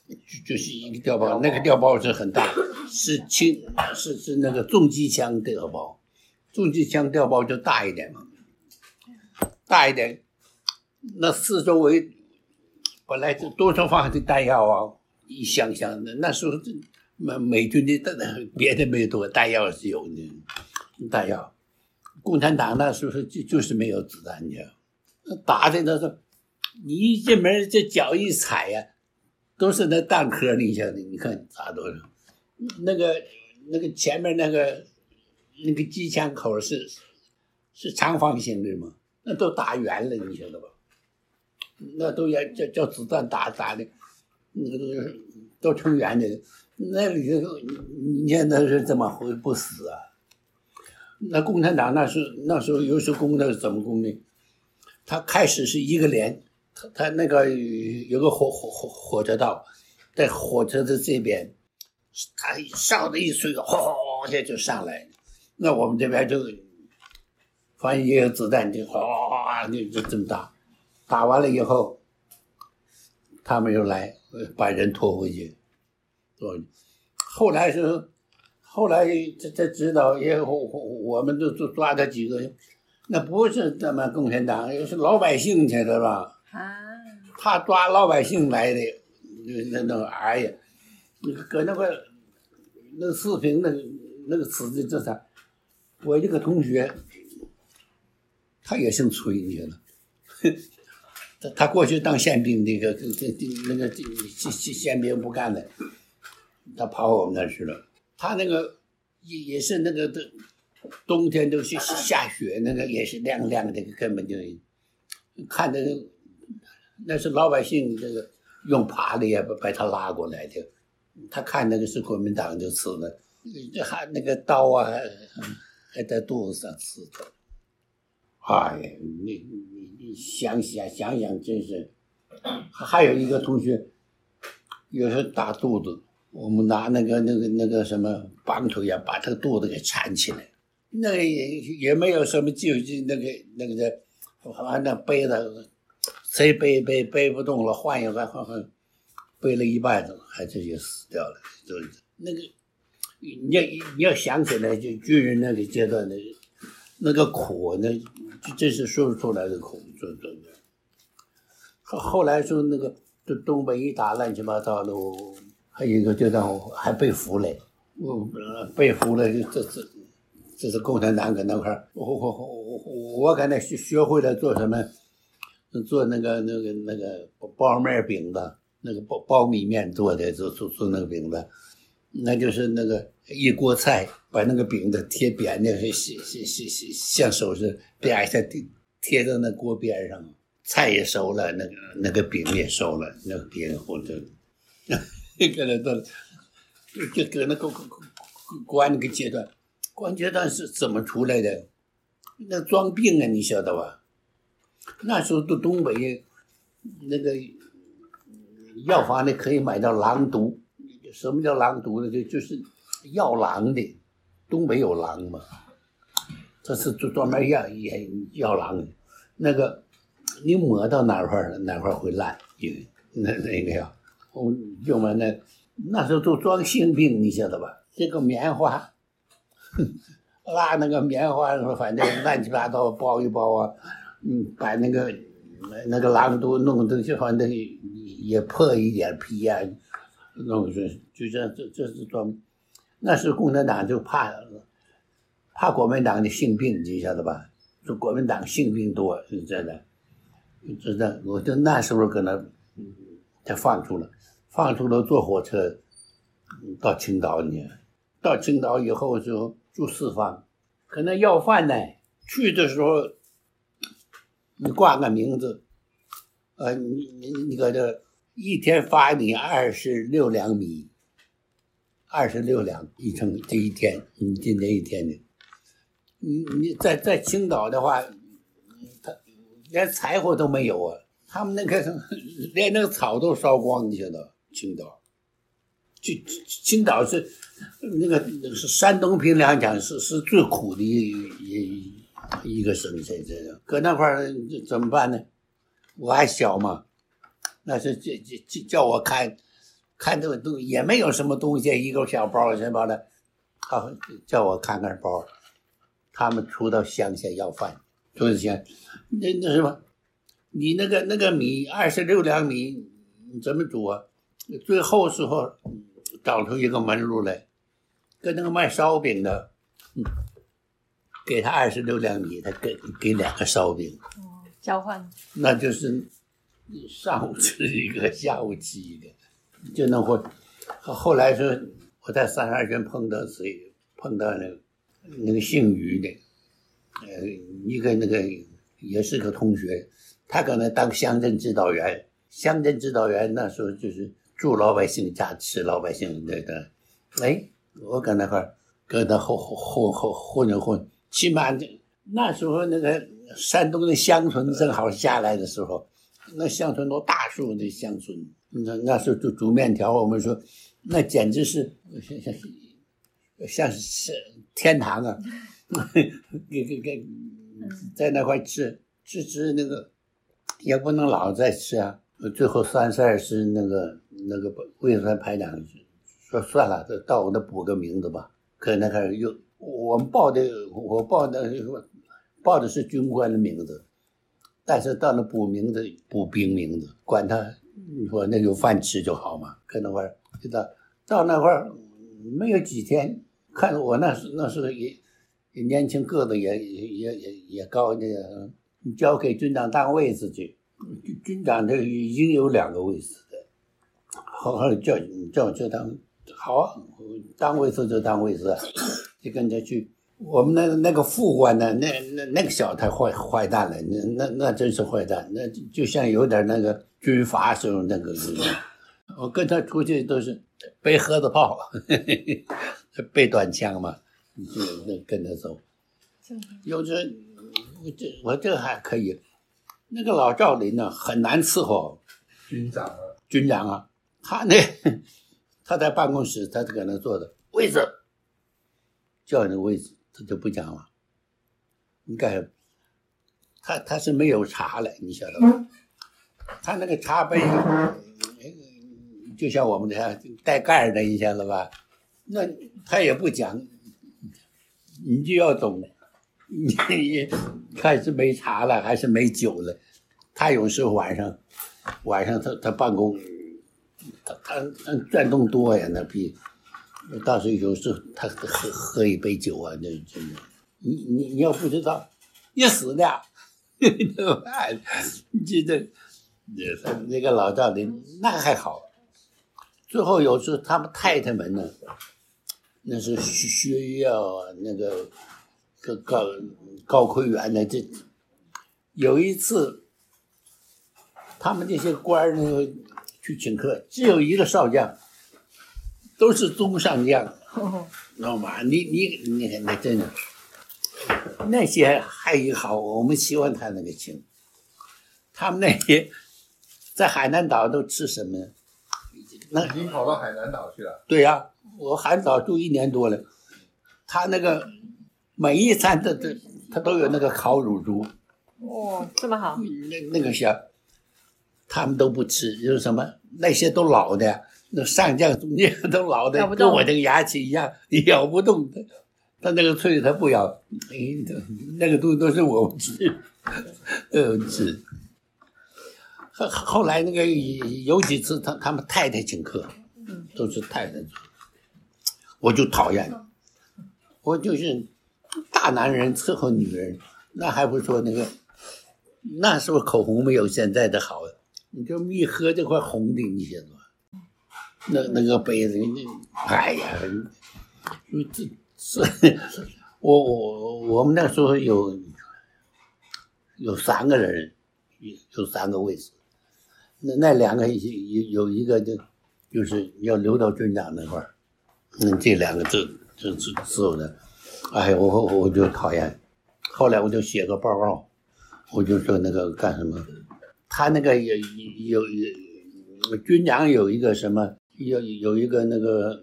Speaker 6: 就是一个碉堡，那个碉堡是很大，是那个重机枪碉堡，重机枪碉堡就大一点嘛，大一点，那四周围本来就多少放的弹药啊，一箱箱的，那时候美军的别的没有多，弹药是有的，弹药，共产党那时候就是没有子弹的，打的那是你一进门这脚一踩呀。都是那弹壳，你晓得？你看砸多少？那个前面那个机枪口是长方形的嘛？那都打圆了，你晓得吧？那都要叫子弹打的，那个都成圆的。那里头你看那是怎么会不死啊？那共产党那时候有时候攻的怎么攻的？他开始是一个连。他那个有个火车道，在火车的这边，他哨子一吹，哗就上来。那我们这边就，反正也有子弹，就哗就这么打。打完了以后，他们又来把人拖回去。后来才知道，也我们都抓了几个，那不是他们共产党，是老百姓，晓得吧？他抓老百姓来的，那哎呀，搁那个视频那个词的这啥，我这个同学，他也姓崔，你知道，他过去当宪兵，那个宪兵不干了，他跑我们那去了。他那个也是那个冬天都是下雪，那个也是亮亮的，根本就看着。那是老百姓这个用爬的也把他拉过来的，他看那个是国民党就吃了，这还那个刀啊还在肚子上刺的，哎呀，你想想真是。还有一个同学，有时候打肚子，我们拿那个什么绑腿啊，把他肚子给缠起来，那个也没有什么救济，那个反正背的。谁背不动了，换一个，背了一半还直接死掉了。就是那个，你要想起来，就军人那个阶段的那个苦，那这是说不出来的苦，真的。后来说那个，这东北一打乱七八糟的，还有一个阶段还被俘了，被俘了，这是共产党搁那块儿，我搁那学会了做什么。做那个包面饼的，那个苞米面做的，做那个饼的，那就是那个一锅菜，把那个饼的贴扁的，像手势啪一下贴到那锅边上，菜也熟了，那个饼也熟了，那个饼或者搁那都就搁那关那个阶段，关阶段是怎么出来的？那装病啊，你晓得吧？那时候都东北那个药房里可以买到狼毒，什么叫狼毒呢？就是药狼的，东北有狼嘛，这是专门药狼的，那个你抹到哪块了，哪块会烂，那个药，用完那时候都装性病，你晓得吧？这个棉花，拉那个棉花，反正乱七八糟包一包啊。把那个狼毒弄得就反正也破一点皮啊，弄就这是装。那时候共产党就怕国民党的性病，你晓得吧？说国民党性病多，是真的。我就那时候搁那才放出了坐火车到青岛去，到青岛以后就住四方，可能要饭呢。去的时候。你挂个名字，你搁这一天发你26两米，26两一成，这一天你今天一天的，你在青岛的话，他连柴火都没有啊，他们那个连那个草都烧光，你晓得？青岛，青岛是那个是山东平凉讲是最苦的一个省市，这个搁那块儿怎么办呢？我还小嘛，那是叫我看看这个东西也没有什么东西，一个小包什么的，好叫我看看包。他们出到乡下要饭，就是想那什么，你那个米26两米，你怎么煮啊？最后时候找出一个门路来，跟那个卖烧饼的，给他26两米，他给2个烧饼，
Speaker 3: 交换，那
Speaker 6: 就是上午吃一个，下午吃一个，就能混。后来是我在32圈碰到谁，碰到那个姓于的，一个那个也是个同学，他可能当乡镇指导员。乡镇指导员那时候就是住老百姓家，吃老百姓的。我跟那块儿跟他混，起码那时候那个山东的乡村正好下来的时候，那乡村都大树的乡村，那时候就煮面条，我们说那简直是像是天堂啊！在那块吃那个也不能老在吃啊。最后32师那个卫生排长说算了，到我那补个名字吧。可那个我报的是军官的名字，但是到那补兵名字，管他你说那有饭吃就好嘛。可那块儿到那块儿没有几天，看我那时候也年轻，个子也高，那个交给军长当卫士去。军长这已经有2个卫士的，好叫我去当，好啊，当卫士就当卫士，就跟着去。我们那个副官呢，那个小太坏蛋了，那真是坏蛋，那就像有点那个军阀时候那个。我跟他出去都是背盒子炮，背短枪嘛，就跟他走。有时我这还可以。那个老赵林呢，很难伺候。军长啊，他在办公室，他就搁那坐着，位置叫你的位置，他就不讲了。你看，他是没有茶了，你晓得吧？他那个茶杯就像我们的带盖的，你晓得吧？那他也不讲，你就要懂。你看是没茶了还是没酒了？他有时候晚上他办公，他转动多呀，那比到时候有时候他喝一杯酒啊，那真的，你要不知道，你死的，记得那个老赵的那还好，最后有时候他们太太们呢，那是需要那个。高科员的这有一次，他们这些官那个去请客，只有一个少将，都是中上将，知道吗？你看那真的，那些还好，我们喜欢他那个情。他们那些在海南岛都吃什么？
Speaker 7: 已经跑到海南岛去了。
Speaker 6: 对呀，我海南岛住1年多了，他那个。每一餐他都有那个烤乳猪，
Speaker 3: 这么好。
Speaker 6: 那个小，他们都不吃，就是什么那些都老的，那上将中间都老的，跟我这个牙齿一样，咬不动。他那个脆他不咬，那个东西都是我们吃，吃。后来那个有几次他们太太请客，都是太太，我就讨厌，我就是。大男人伺候女人，那还不说那个，那时候口红没有现在的好，你就一喝这块红的，你晓得吧？那个杯子，哎呀，我们那时候有3个人，有3个位置，那2个有一个就是要留到军长那块儿，这2个这伺候的。哎，我就讨厌，后来我就写个报告，我就说那个干什么，他那个有军长有一个什么，有一个那个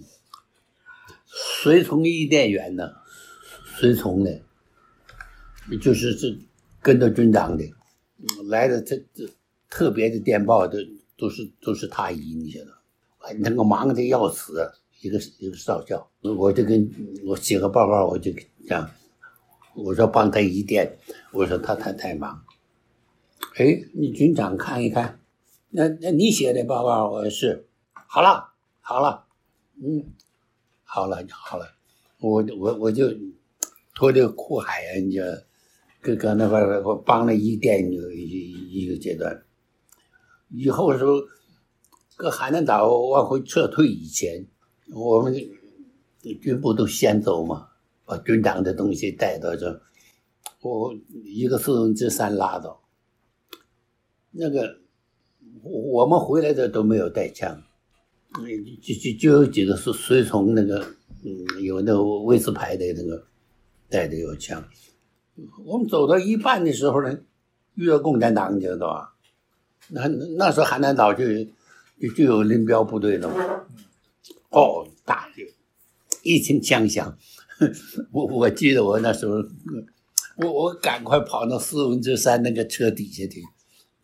Speaker 6: 随从伊甸园的，随从的，就是跟着军长的，来的这特别的电报都是他姨，你晓得， 那个忙得要死，一个少校，我就跟我写个报告，我就讲，我说帮他移电，我说他太忙。哎，你军长看一看，那你写的报告，我是好了，好了，好了，我就脱这个苦海啊，你就搁那块我帮了移电一个阶段，以后的时候，搁海南岛往回撤退以前，我们军部都先走嘛，把军长的东西带到这，我一个4分之3拉倒。那个我们回来的都没有带枪，就有几个是随从那个有那个卫士牌的那个带的有枪。我们走到一半的时候呢，遇到共产党，你知道吧？那时候海南岛就有林彪部队了嘛。哦，大就一听枪响，我记得我那时候，我赶快跑到3/4那个车底下去，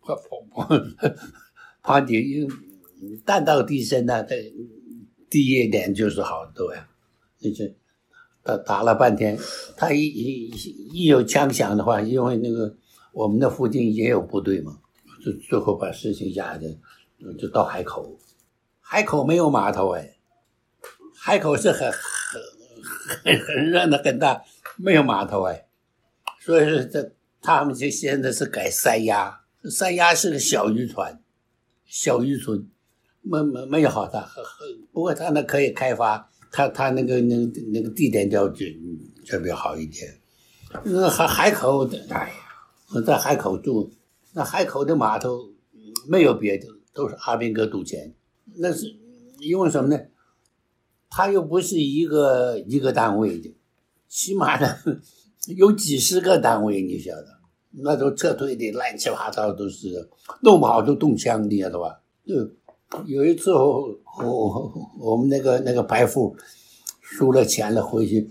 Speaker 6: 跑底弹道低声呢，低一点就是好多呀，就是打了半天，他一有枪响的话，因为那个我们那附近也有部队嘛，就最后把事情压着，就到海口，海口没有码头哎，海口是很热闹很大，没有码头哎，所以说他们就现在是改三亚，三亚是个小渔船，小渔村，没有好大，不过他那可以开发。他那个地点就比较好一点。那海口的，哎呀，我在海口住，那海口的码头没有别的，都是阿兵哥赌钱。那是因为什么呢？他又不是一个单位的，起码呢有几十个单位，你晓得？那时候撤退的乱七八糟都是，弄不好都动枪，你晓得吧？就有一次我们那个白富输了钱了回去，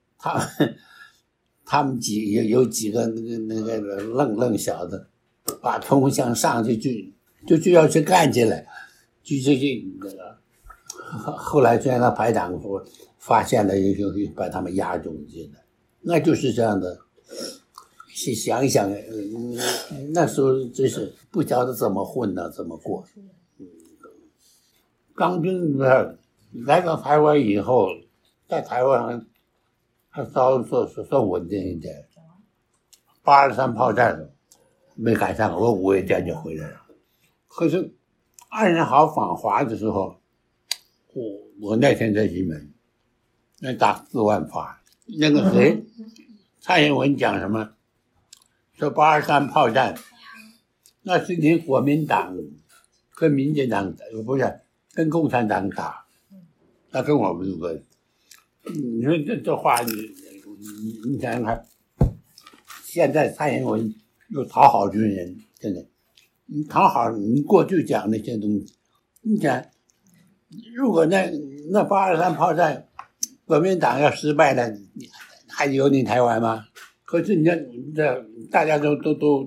Speaker 6: 他们有几个那个愣小子，把冲锋枪上去就要去干起来，就那个，后来虽然他排长发现了，就把他们压住去了，那就是这样的。想一想，那时候真是不晓得怎么混呢，怎么过。刚军来到台湾以后，在台湾还稍微算稳定一点。823炮战没赶上，我5月间就回来了。可是2人好访华的时候，我那天在金门，那打4万发，那个谁，蔡英文讲什么？说823炮战，那是你国民党跟民进党不是跟共产党打，那跟我们有关。你说这话你想想看，现在蔡英文又讨好军人，真的，你讨好你过去讲那些东西，你想，如果那823炮战，国民党要失败了，还有你台湾吗？可是你看，这大家都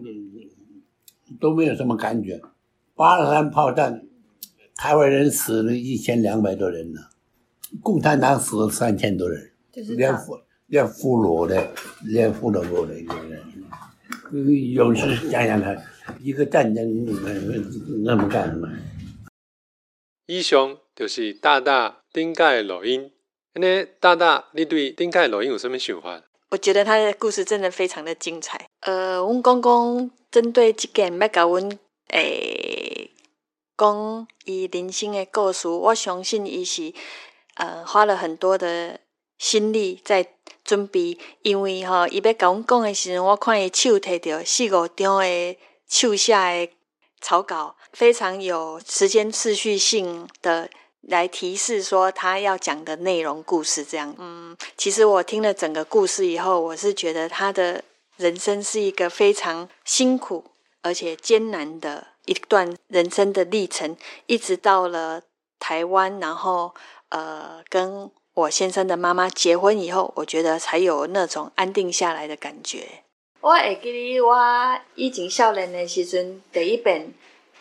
Speaker 6: 没有什么感觉。823炮战，台湾人死了1200多人呢，共产党死了3000多人，连俘虏的一个人。有时想想看，一个战争那么干什么？
Speaker 1: 以上就是大大顶届的录音。那大大，你对顶届的录音有什么想法？
Speaker 3: 我觉得他的故事真的非常的精彩。阮公公针对这件要甲阮讲伊人生的故事，我相信伊是花了很多的心力在准备，因为伊要甲阮讲的时阵，我看伊手摕着4-5张的手写的草稿，非常有时间次序性的来提示说他要讲的内容故事这样。其实我听了整个故事以后，我是觉得他的人生是一个非常辛苦而且艰难的一段人生的历程，一直到了台湾，然后跟我先生的妈妈结婚以后，我觉得才有那种安定下来的感觉。我会记得我以前少年的时阵，第一遍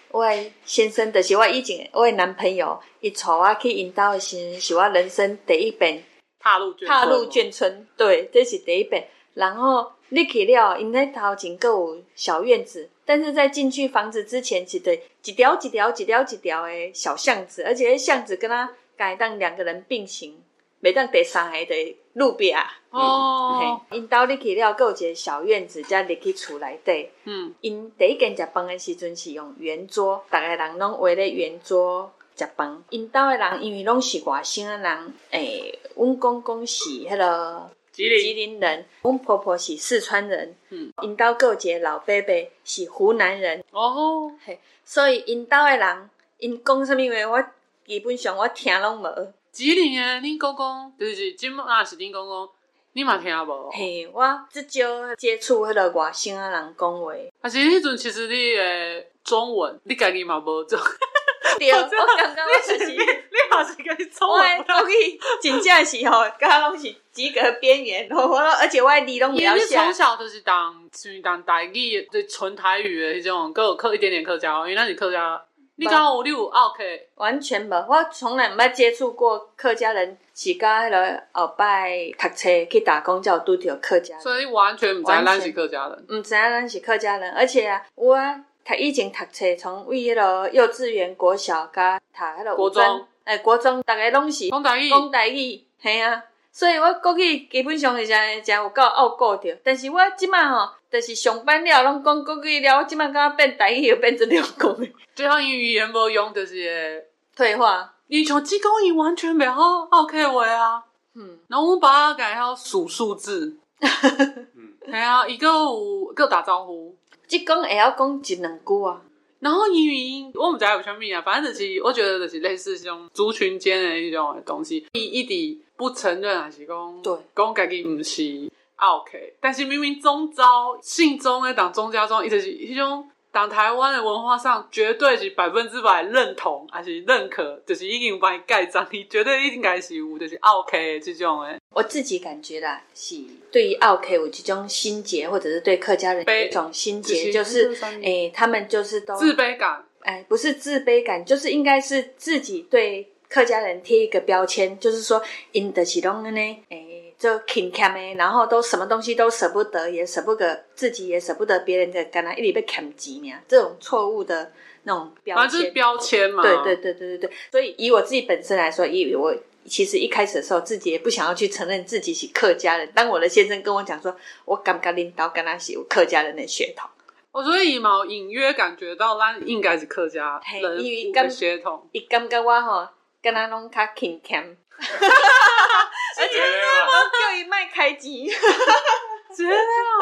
Speaker 3: 我的先生就是我以前我的男朋友，伊带我去因兜的时候，是我人生第一遍
Speaker 2: 踏入眷
Speaker 3: 村，对，这是第一遍。然后入去了，因迄头前还有小院子，但是在进去房子之前，是对一条的小巷子，而且迄巷子跟他敢当两个人并行，袂当第三个在路边啊。
Speaker 2: 哦，
Speaker 3: 因兜入去了，还有一个小院子，才入去厝内底。因第一间食饭的时阵是用圆桌，逐个人拢围咧圆桌食饭。因兜的人因为拢是外省的人，阮公公是迄个吉林人，阮婆婆是四川人。因兜还有一个老伯伯是湖南人。
Speaker 2: 哦，
Speaker 3: 嘿，所以因兜的人，因讲啥物话，我基本上我听拢无。
Speaker 2: 吉林的恁公公就是即马是恁公公。你嘛听无？
Speaker 3: 嘿，我只少接触迄个外省仔人讲话。
Speaker 2: 啊，是迄阵其实你的中文，你家己嘛无做。
Speaker 3: 对，我感觉我就是，
Speaker 2: 你也是家己中文。
Speaker 3: 我的国语真正是吼，甲拢是及格边缘，而且我的字拢袂晓写。
Speaker 2: 你从小就是当台语，就纯台语的迄种，还有课一点点客家话，因为咱是客家。你有奥客？
Speaker 3: 完全无，我从来毋捌接触过客家人，是甲迄个后摆读册去打工才有拄着客家人。
Speaker 2: 所以完全毋知咱是客家人，
Speaker 3: 毋知咱是客家人，而且啊，我以前读册，从为迄个幼稚园、国小甲读迄个
Speaker 2: 国中，
Speaker 3: 国中，逐个拢是
Speaker 2: 讲台
Speaker 3: 语，嘿啊。所以我国语基本上是真有够拗顾着，但是我即马吼，就是上班了拢讲国语了，我即马敢变台语又变成两讲的，
Speaker 2: 对啊，因语言无用就是会
Speaker 3: 退化。
Speaker 2: 你像即讲伊完全袂晓拗客话啊，然后阮爸家晓数数字，系啊，伊个打招呼，
Speaker 3: 即讲会晓讲一两句啊。
Speaker 2: 然后因为我毋知有啥物啊，反正就是我觉得就是类似这种族群间的一种东西，伊一直不承认还是讲，
Speaker 3: 对，
Speaker 2: 讲家己毋是奥客，但是明明宗招信宗的当宗家中，伊就是迄种当台湾的文化上绝对是100%认同还是认可，就是已经有帮伊盖章，伊绝对应该是有就是奥客的这种的。
Speaker 3: 我自己感觉啦，是对于奥客有这种心结，或者是对客家人有一种心结，就是他们就是都
Speaker 2: 自卑感，
Speaker 3: 不是自卑感，就是应该是自己对客家人贴一个标签，就是说因就是拢安尼就勤俭的，然后都什么东西都舍不得，也舍不得自己，也舍不得别人的，干那一直被欠钱呀，这种错误的那种标签，
Speaker 2: 就是标签嘛。
Speaker 3: 对。所以以我自己本身来说，我其实一开始的时候，自己也不想要去承认自己是客家人。当我的先生跟我讲说，我感觉恁兜敢若是有客家人的血统，
Speaker 2: 我觉得伊嘛有隐约感觉到咱应该是客家人的血统。
Speaker 3: 伊感觉我吼，敢若拢较勤俭。而且我叫伊卖开机，
Speaker 2: 真的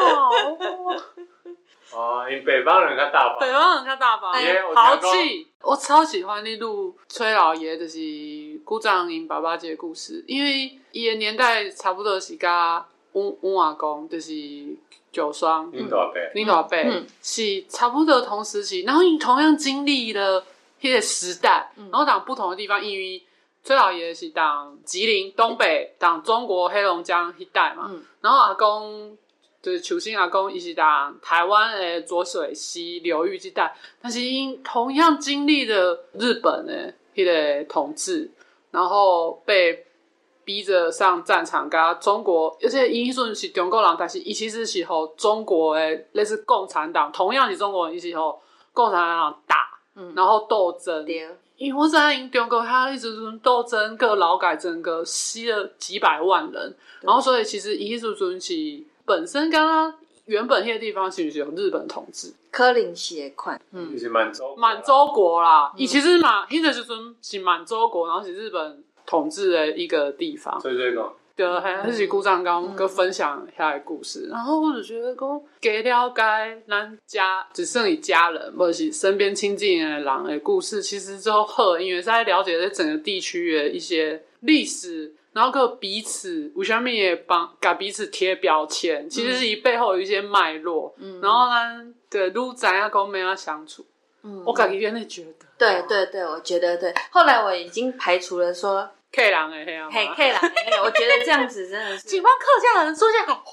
Speaker 1: 哦，因北方人较大方，
Speaker 2: 豪气。我超喜欢你录崔老爷，就是古早因爸爸这个故事，因为伊的年代差不多是甲阮阿公，就是九双，
Speaker 1: 恁大伯，
Speaker 2: 是差不多同时期，然后因同样经历了迄个时代，然后当不同的地方，因为崔老爷是当吉林东北，当中国黑龙江一带嘛，然后阿公就是球星阿公，伊是当台湾的浊水溪流域这带，但是因同样经历了日本的迄个统治，然后被逼着上战场，跟中国，而且伊迄阵是中国人，但是伊其实是和中国的类似共产党，同样是中国人，伊是和共产党打，然后斗争。因为我知影中国他一直斗争，各劳改整个吸了几百万人，然后所以其实伊迄阵是本身跟他原本迄个地方其实有日本统治，
Speaker 3: 可能是会款，
Speaker 1: 就是满
Speaker 2: 洲国啦。伊其实迄个时阵是满洲国，然后是日本统治的一个地方。
Speaker 1: 所以这个
Speaker 2: 对，还是鼓掌刚跟分享下来故事，然后我就觉得讲给了解咱家只剩你家人或者是身边亲近的人的故事，其实之后好，因为在了解这整个地区的一些历史，然后个彼此为什么也帮给彼此贴标签，其实是以背后有一些脉络，然后咱的愈知影讲怎样相处。我自己原来觉得，
Speaker 3: 对，我觉得对。后来我已经排除了说。
Speaker 2: 客人的那样，
Speaker 3: 客人的那个，我觉得这样子真的是
Speaker 2: 喜欢客家人说些好话，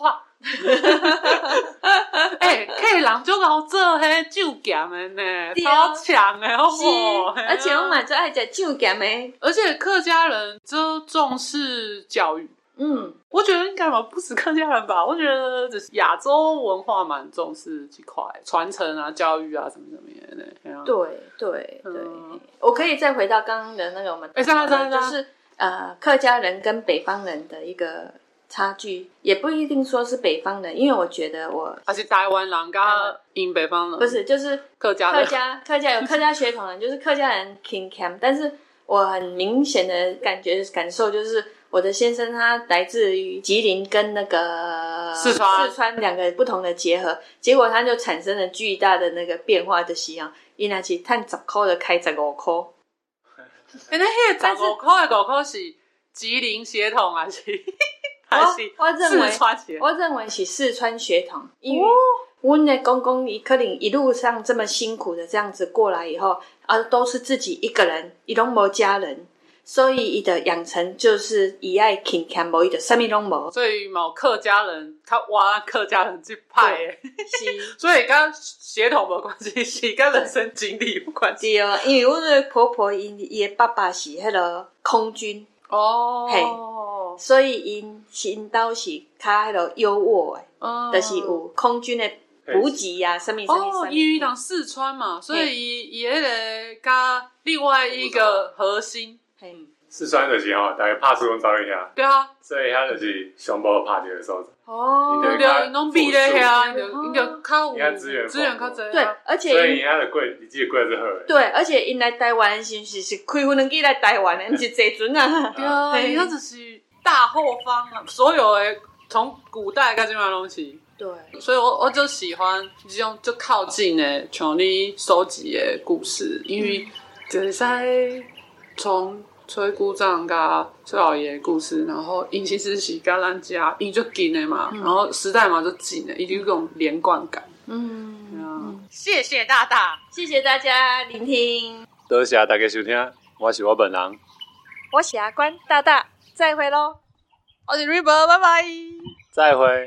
Speaker 2: 客人就搞做迄酒咸的呢，超强的，好不好？
Speaker 3: 而且我蛮最爱吃酒咸的，
Speaker 2: 而且客家人就重视教育。我觉得应该不止客家人吧，我觉得只是亚洲文化蛮重视这块传承啊、教育啊什么的。
Speaker 3: 对，我可以再回到刚刚的那个我们就是客家人跟北方人的一个差距，也不一定说是北方人，因为我觉得
Speaker 2: 还是台湾人跟北方人
Speaker 3: 不是，就是客家有客家血统人，就是客家人挺强，但是我很明显的感受就是。我的先生他来自于吉林跟那个四川两个不同的结合，结果他就产生了巨大的那个变化的西洋，伊那是赚10块的开15块。
Speaker 2: 那迄个15块的5块是吉林血统还是四川血统？
Speaker 3: 我认为是四川血统，因为我的公公可能一路上这么辛苦的这样子过来以后，都是自己一个人，伊拢无家人。所以他的养成就是以爱勤俭，无伊就什么拢无。
Speaker 2: 所以客家人他挖客家人这派的，是，所以跟血统无关系，是跟人生经历有关系。
Speaker 3: 对，因为我的婆婆伊的爸爸是迄个空军嘿，所以因兜是较迄个优渥的，就是有空军的补给啊，什么。
Speaker 2: 因为人四川嘛，所以伊迄个加另外一个核心。
Speaker 1: 四川就是大家拍出拢走去遐。
Speaker 2: 对啊，
Speaker 1: 所以遐就是上无拍到的所在。
Speaker 2: 对，拢比咧遐，因就较有资源较侪。
Speaker 3: 对，而且
Speaker 1: 所以因遐的贵，你记得贵是好的。
Speaker 3: 对，而且因来台湾的时候是开飞机来台湾的，不是坐船啊。
Speaker 2: 对啊，因遐就是大后方啊，所有的从古代到现在拢是。对，所以我就喜欢这种就靠近的，像你收集的故事，因为就是在从崔姑丈跟崔老爷的故事，然后因其实是跟咱家因就近的嘛，然后时代嘛就近的，一定有种连贯感。谢谢大大，
Speaker 3: 谢谢大家聆听，
Speaker 1: 多谢大家收听，我是我本人，
Speaker 3: 我是阿关大大，再会咯，
Speaker 2: 我是 River， 拜拜，
Speaker 1: 再会。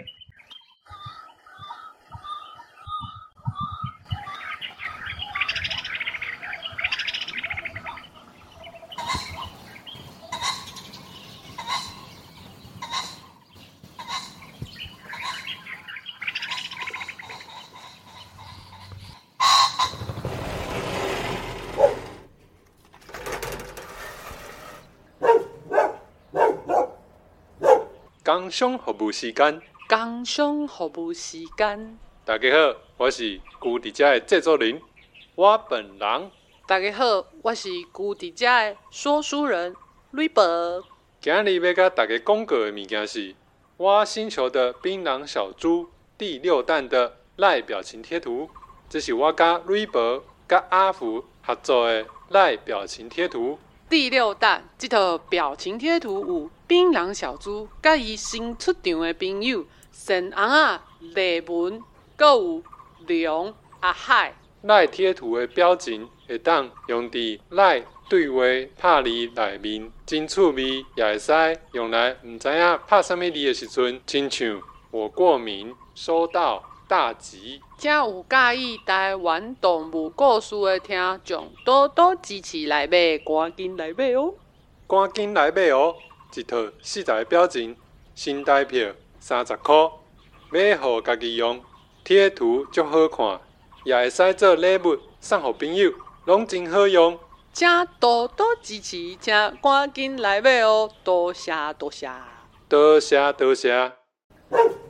Speaker 1: 工商服务时间，大家好，我是居伫遮的制作人，我本人。
Speaker 2: 大家好，我是居伫遮的说书人吕伯。
Speaker 1: 今日要甲大家讲过的物件是我星球的槟榔小猪第6弹的赖表情贴图，这是我甲吕伯甲阿福合作的赖表情贴图。
Speaker 2: 第6弹这套表情贴图有槟榔小猪甲伊新出场的朋友神翁啊、丽文，还有龙、阿海。
Speaker 1: 赖贴图的表情会当用伫赖对话拍字内面，真趣味，也会使用来唔知影拍什么字的时阵，亲像我过敏、收到、大吉。
Speaker 2: 正有介意台湾动物故事的听众，多多支持来买，赶紧来买哦！
Speaker 1: 赶紧来买哦！一套40个表情，新台票30块，买互家己用。贴图足好看，也会使做礼物送互朋友，拢真好用。
Speaker 2: 请多多支持，请赶紧来买哦！多谢多谢，
Speaker 1: 多谢多谢。